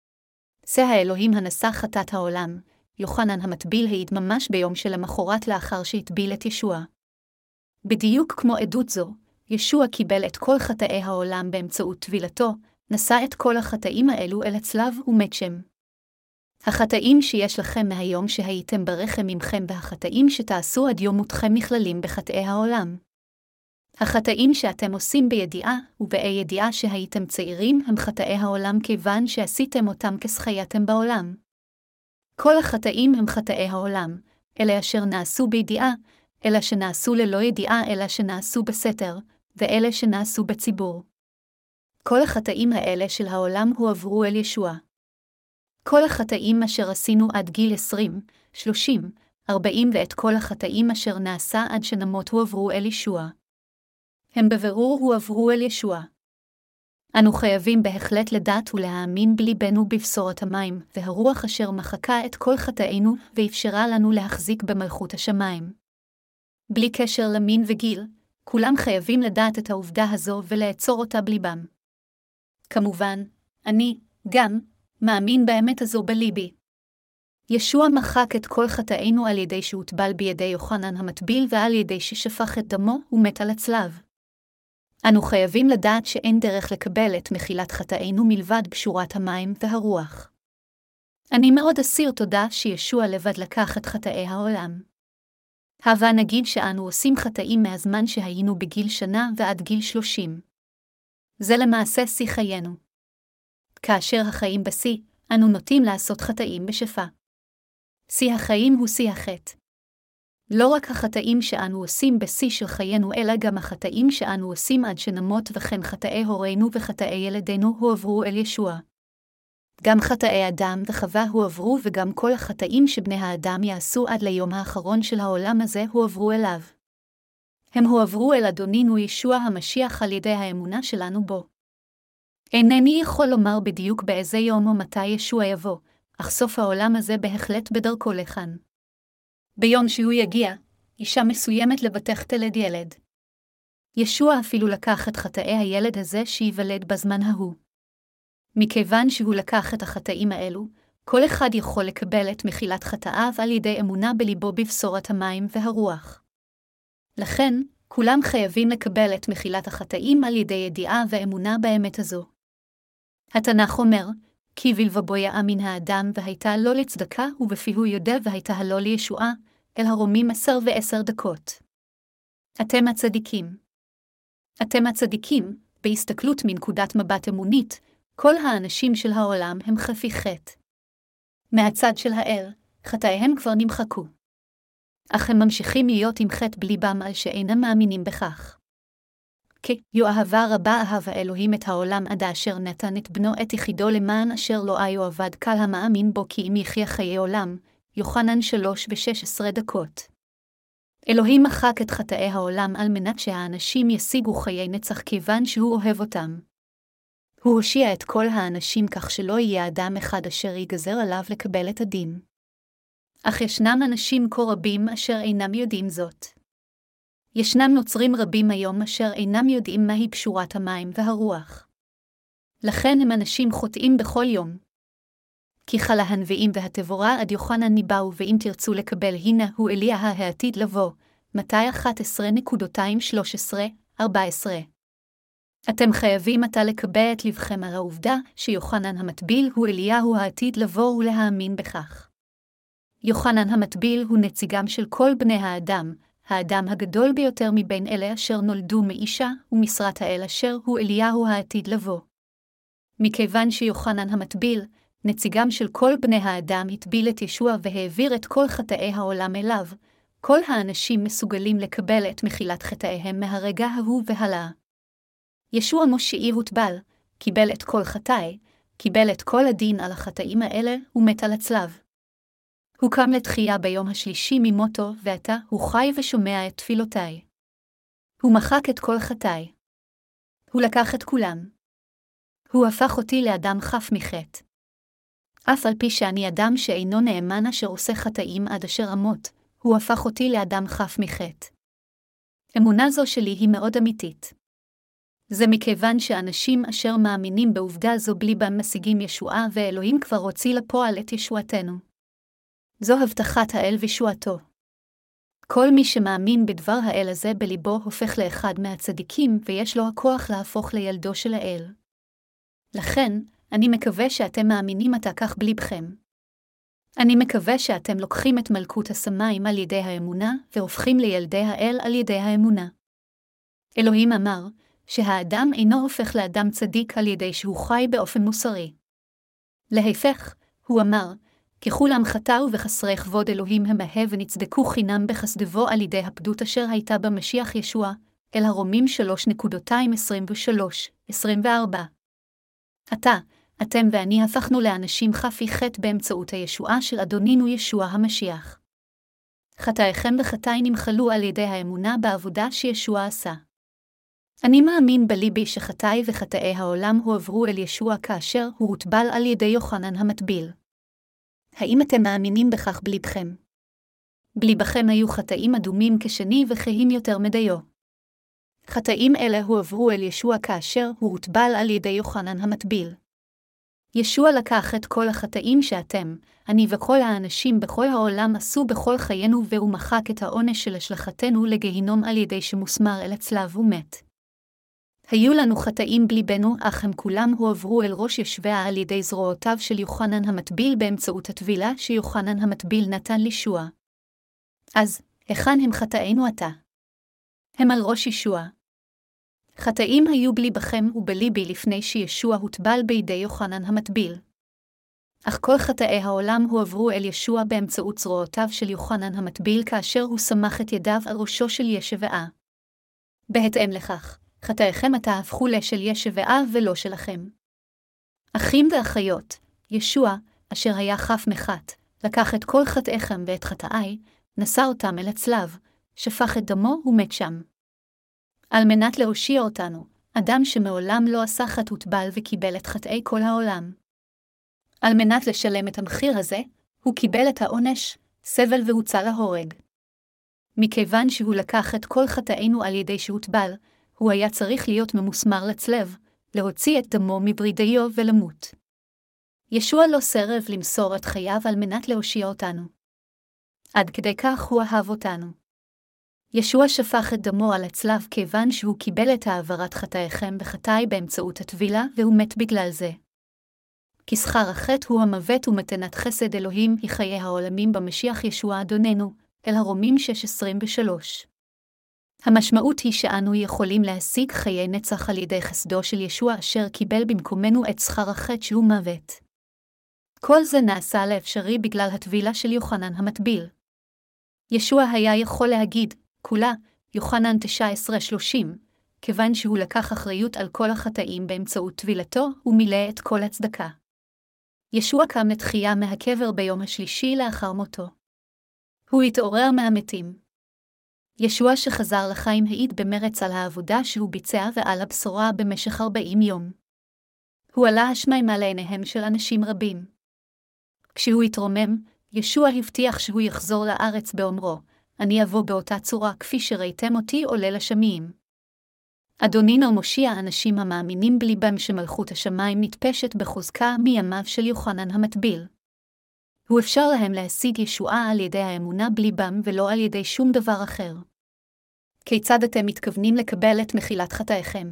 זה האלוהים הנשא חטאת העולם. יוחנן המטביל העיד ממש ביום שלמחרת לאחר שהטביל את ישוע. בדיוק כמו עדות זו, ישוע קיבל את כל חטאי העולם באמצעות טבילתו, נשא את כל החטאים האלו אל הצלב ומת שם. החטאים שיש לכם מהיום שהייתם ברחם עמכם והחטאים שתעשו עד יום מותכם נכללים בחטאי העולם. החטאים שאתם עושים בידיעה ובאי ידיעה שהייתם צעירים הם חטאי העולם כיוון שעשיתם אותם כשחייתם בעולם. כל החטאים הם חטאי העולם, אלה אשר נעשו בידיעה, אלה שנעשו ללא ידיעה אלה שנעשו בסתר, ואלה שנעשו בציבור. כל החטאים האלה של העולם הועברו אל ישוע. כל החטאים אשר עשינו עד גיל 20, 30, 40 ואת כל החטאים אשר נעשה עד שנמות הועברו אל ישוע. הם בבירור הועברו אל ישוע. אנו חייבים בהחלט לדעת ולהאמין בליבנו בבשורת המים והרוח אשר מחקה את כל חטאינו ואפשרה לנו להחזיק במלכות השמיים. בלי קשר למין וגיל, כולם חייבים לדעת את העובדה הזו ולעצור אותה בליבם. כמובן, אני, גם, מאמין באמת הזו בליבי. ישוע מחק את כל חטאינו על ידי שהוטבל בידי יוחנן המטביל ועל ידי ששפך את דמו ומת על הצלב. אנו חייבים לדעת שאין דרך לקבל את מחילת חטאינו מלבד בשורת המים והרוח. אני מאוד אסיר תודה שישוע לבד לקח את חטאי העולם. הווה נגיד שאנו עושים חטאים מהזמן שהיינו בגיל שנה ועד גיל 30. זה למעשה שיא חיינו. כאשר החיים בשיא, אנו נוטים לעשות חטאים בשפע. שיא החיים הוא שיא החטא. לא רק החטאים שאנו עושים בשיא של חיינו, אלא גם החטאים שאנו עושים עד שנמות, וכן חטאי הורינו וחטאי ילדינו הועברו אל ישוע. גם חטאי אדם וחווה הועברו, וגם כל החטאים שבני האדם יעשו עד ליום האחרון של העולם הזה הועברו אליו. הם הועברו אל אדונינו ישוע המשיח על ידי האמונה שלנו בו. אינני יכול לומר בדיוק באיזה יום או מתי ישוע יבוא, אך סוף העולם הזה בהחלט בדרכו לכאן. ביום שהוא יגיע, אישה מסוימת לבטח תלד ילד. ישוע אפילו לקח את חטאי הילד הזה שיוולד בזמן ההוא. מכיוון שהוא לקח את החטאים האלו, כל אחד יכול לקבל את מחילת חטאיו על ידי אמונה בליבו בבשורת המים והרוח. לכן, כולם חייבים לקבל את מחילת החטאים על ידי ידיעה ואמונה באמת הזו. התנ"ך אומר, כי בלבבו יאמין האדם והייתה לו לצדקה, ובפיהו יודה והייתה לו לישועה, אל הרומים 10:10. אתם הצדיקים. אתם הצדיקים, בהסתכלות מנקודת מבט אמונית, כל האנשים של העולם הם חפי חטא. מהצד של האל, חטאיהם כבר נמחקו. אך הם ממשיכים להיות עם חטא בליבם על שאינם מאמינים בכך. כי יאהבה רבה אהב האלוהים את העולם עד אשר נתן את בנו את יחידו למען אשר לא יאבד כל המאמין בו כי אם יחיה חיי עולם. יוחנן 3:16. אלוהים מחק את חטאי העולם על מנת שהאנשים ישיגו חיי נצח כיוון שהוא אוהב אותם. הוא הושיע את כל האנשים כך שלא יהיה אדם אחד אשר ייגזר עליו לקבל את הדין. אך ישנם אנשים כה רבים אשר אינם יודעים זאת. ישנם נוצרים רבים היום אשר אינם יודעים מהי פשורת המים והרוח. לכן הם אנשים חוטאים בכל יום. כי חלה הנביאים והתבורה עד יוחנן ניבאו, ואם תרצו לקבל הנה הוא אליה העתיד לבוא. מתי 11:13-14. אתם חייבים עתה לקבל את לבכם על העובדה שיוחנן המטביל הוא אליהו העתיד לבוא ולהאמין בכך. יוחנן המטביל הוא נציגם של כל בני האדם, האדם הגדול ביותר מבין אלה אשר נולדו מאישה, ומשרת האל אשר הוא אליהו העתיד לבוא. מכיוון שיוחנן המטביל, נציגם של כל בני האדם, הטביל את ישוע והעביר את כל חטאי העולם אליו, כל האנשים מסוגלים לקבל את מחילת חטאיהם מהרגע ההוא והלאה. ישוע מושיעי הוטבל, קיבל את כל חטאי, קיבל את כל הדין על החטאים האלה ומת על הצלב. הוא קם לתחייה ביום השלישי ממותו, ועתה הוא חי ושומע את תפילותיי. הוא מחק את כל חטאי. הוא לקח את כולם. הוא הפך אותי לאדם חף מחטא. אף על פי שאני אדם שאינו נאמן אשר עושה חטאים עד אשר אמות, הוא הפך אותי לאדם חף מחטא. אמונה זו שלי היא מאוד אמיתית. זה מכיוון שאנשים אשר מאמינים בעובדה זו בליבם משיגים ישועה, ואלוהים כבר הוציא לפועל את ישועתנו. זו הבטחת האל וישועתו. כל מי שמאמין בדבר האל הזה בליבו הופך לאחד מהצדיקים, ויש לו הכוח להפוך לילדו של האל. לכן, אני מקווה שאתם מאמינים עתה כך בליבכם. אני מקווה שאתם לוקחים את מלכות השמיים על ידי האמונה, והופכים לילדי האל על ידי האמונה. אלוהים אמר, שהאדם אינו הופך לאדם צדיק על ידי שהוא חי באופן מוסרי. להפך, הוא אמר, כי כולם חטאו וחסרי כבוד אלוהים הם ונצדקו חינם בחסדו על ידי הפדות אשר הייתה במשיח ישוע, אל הרומים 3:23-24. עתה, אתם ואני הפכנו לאנשים חפי חטא באמצעות הישועה של אדונינו ישוע המשיח. חטאיכם וחטאי נמחלו על ידי האמונה בעבודה שישוע עשה. אני מאמין בליבי שחטאי וחטאי העולם הועברו אל ישוע כאשר הוא הוטבל על ידי יוחנן המטביל. האם אתם מאמינים בכך בליבכם? בליבכם היו חטאים אדומים כשני וכהים יותר מדיו. חטאים אלה הועברו אל ישוע כאשר הוא הוטבל על ידי יוחנן המטביל. ישוע לקח את כל החטאים שאתם, אני וכל האנשים בכל העולם עשו בכל חיינו והוא מחק את העונש של השלכתנו לגיהינום על ידי שמוסמר אל הצלב ומת. היו לנו חטאים בליבנו, אך הם כולם הועברו אל ראש ישביה על ידי זרועותיו של יוחנן המטביל באמצעות הטבילה שיוחנן המטביל נתן לישוע. אז, היכן הם חטאינו עתה? הם על ראש ישוע. חטאים היו בליבכם ובליבי לפני שישוע הוטבל בידי יוחנן המטביל. אך כל חטאי העולם הועברו אל ישוע באמצעות זרועותיו של יוחנן המטביל כאשר הוא סמך את ידיו על ראשו של ישבעה. בהתאם לכך, חטאיכם עתה הפכו לשל ישבעה ולא שלכם. אחים ואחיות, ישוע, אשר היה חף מחט, לקח את כל חטאיכם ואת חטאי, נשא אותם אל הצלב, שפך את דמו ומת שם. על מנת להושיע אותנו, אדם שמעולם לא עשה חטא הוטבל וקיבל את חטאי כל העולם. על מנת לשלם את המחיר הזה, הוא קיבל את העונש, סבל והוצא להורג. מכיוון שהוא לקח את כל חטאינו על ידי שהוטבל, הוא היה צריך להיות ממוסמר לצלב, להוציא את דמו מברידיו ולמות. ישוע לא סירב למסור את חייו על מנת להושיע אותנו. עד כדי כך הוא אהב אותנו. ישוע שפך את דמו על הצלב כיוון שהוא קיבל את העברת חטאיכם וחטאי באמצעות הטבילה והוא מת בגלל זה. כי שכר החטא הוא המוות ומתנת חסד אלוהים היא חיי העולמים במשיח ישוע אדוננו, אל הרומים 6:23. המשמעות היא שאנו יכולים להשיג חיי נצח על ידי חסדו של ישוע אשר קיבל במקומנו את שכר החטא שהוא מוות. כל זה נעשה לאפשרי בגלל הטבילה של יוחנן המטביל. ישוע היה יכול להגיד, כולה, יוחנן 19:30, כיוון שהוא לקח אחריות על כל החטאים באמצעות טבילתו ומילא את כל הצדקה. ישוע קם לתחייה מהקבר ביום השלישי לאחר מותו. הוא התעורר מהמתים. ישוע שחזר לחיים העיד במרץ על העבודה שהוא ביצע ועל הבשורה במשך 40 יום. הוא עלה השמיים על עיניהם של אנשים רבים. כשהוא התרומם, ישוע הבטיח שהוא יחזור לארץ באומרו, אני אבוא באותה צורה כפי שראיתם אותי עולה לשמיים. אדונינו מושיע אנשים המאמינים בליבם שמלכות השמיים נתפשת בחוזקה מימיו של יוחנן המטביל. הוא אפשר להם להשיג ישועה על ידי האמונה בליבם ולא על ידי שום דבר אחר. כיצד אתם מתכוונים לקבל את מחילת חטאיכם?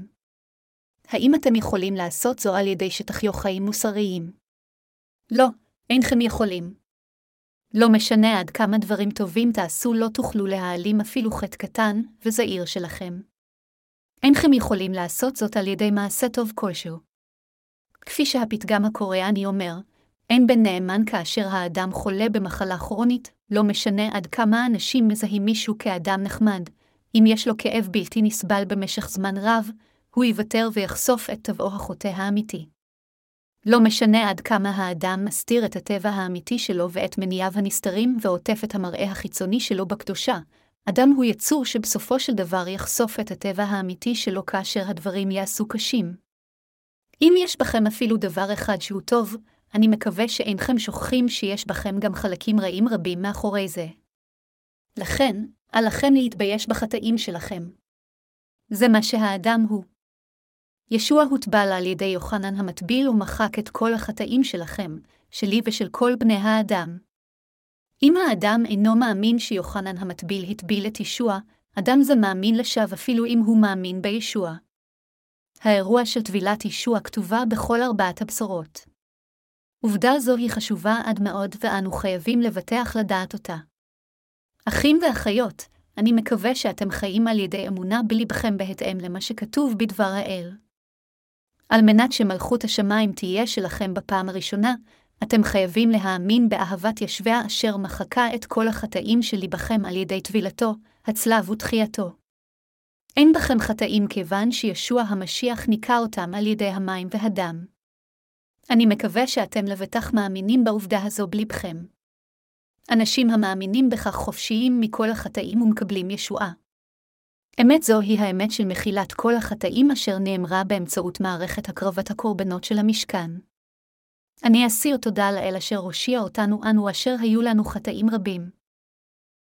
האם אתם יכולים לעשות זו על ידי שתחיו חיים מוסריים? לא, אינכם יכולים. לא משנה עד כמה דברים טובים תעשו לא תוכלו להעלים אפילו חטא קטן וזעיר שלכם. אינכם יכולים לעשות זאת על ידי מעשה טוב כלשהו. כפי שהפתגם הקוריאני אומר, אין בן נאמן כאשר האדם חולה במחלה כרונית, לא משנה עד כמה אנשים מזהים מישהו כאדם נחמד, אם יש לו כאב בלתי נסבל במשך זמן רב, הוא יוותר ויחשוף את טבעו החוטא האמיתי. לא משנה עד כמה האדם מסתיר את הטבע האמיתי שלו ואת מניעיו הנסתרים ועוטף את המראה החיצוני שלו בקדושה, אדם הוא יצור שבסופו של דבר יחשוף את הטבע האמיתי שלו כאשר הדברים יעשו קשים. אם יש בכם אפילו דבר אחד שהוא טוב, אני מקווה שאינכם שוכחים שיש בכם גם חלקים רעים רבים מאחורי זה. לכן, עליכם להתבייש בחטאים שלכם. זה מה שהאדם הוא. ישוע הוטבל על ידי יוחנן המטביל ומחק את כל החטאים שלכם, שלי ושל כל בני האדם. אם האדם אינו מאמין שיוחנן המטביל הטביל את ישוע, אדם זה מאמין לשווא אפילו אם הוא מאמין בישוע. האירוע של טבילת ישוע כתובה בכל 4 הבשורות. עובדה זו היא חשובה עד מאוד ואנו חייבים לבטח לדעת אותה. אחים ואחיות, אני מקווה שאתם חיים על ידי אמונה בליבכם בהתאם למה שכתוב בדבר האל. על מנת שמלכות השמיים תהיה שלכם בפעם הראשונה, אתם חייבים להאמין באהבת ישביה אשר מחקה את כל החטאים של ליבכם על ידי טבילתו, הצלב ותחייתו. אין בכם חטאים כיוון שישוע המשיח ניקה אותם על ידי המים והדם. אני מקווה שאתם לבטח מאמינים בעובדה הזו בליבכם. אנשים המאמינים בכך חופשיים מכל החטאים ומקבלים ישועה. אמת זו היא האמת של מחילת כל החטאים אשר נאמרה באמצעות מערכת הקרבת הקורבנות של המשכן. אני אסיר תודה לאל אשר הושיע אותנו אנו אשר היו לנו חטאים רבים.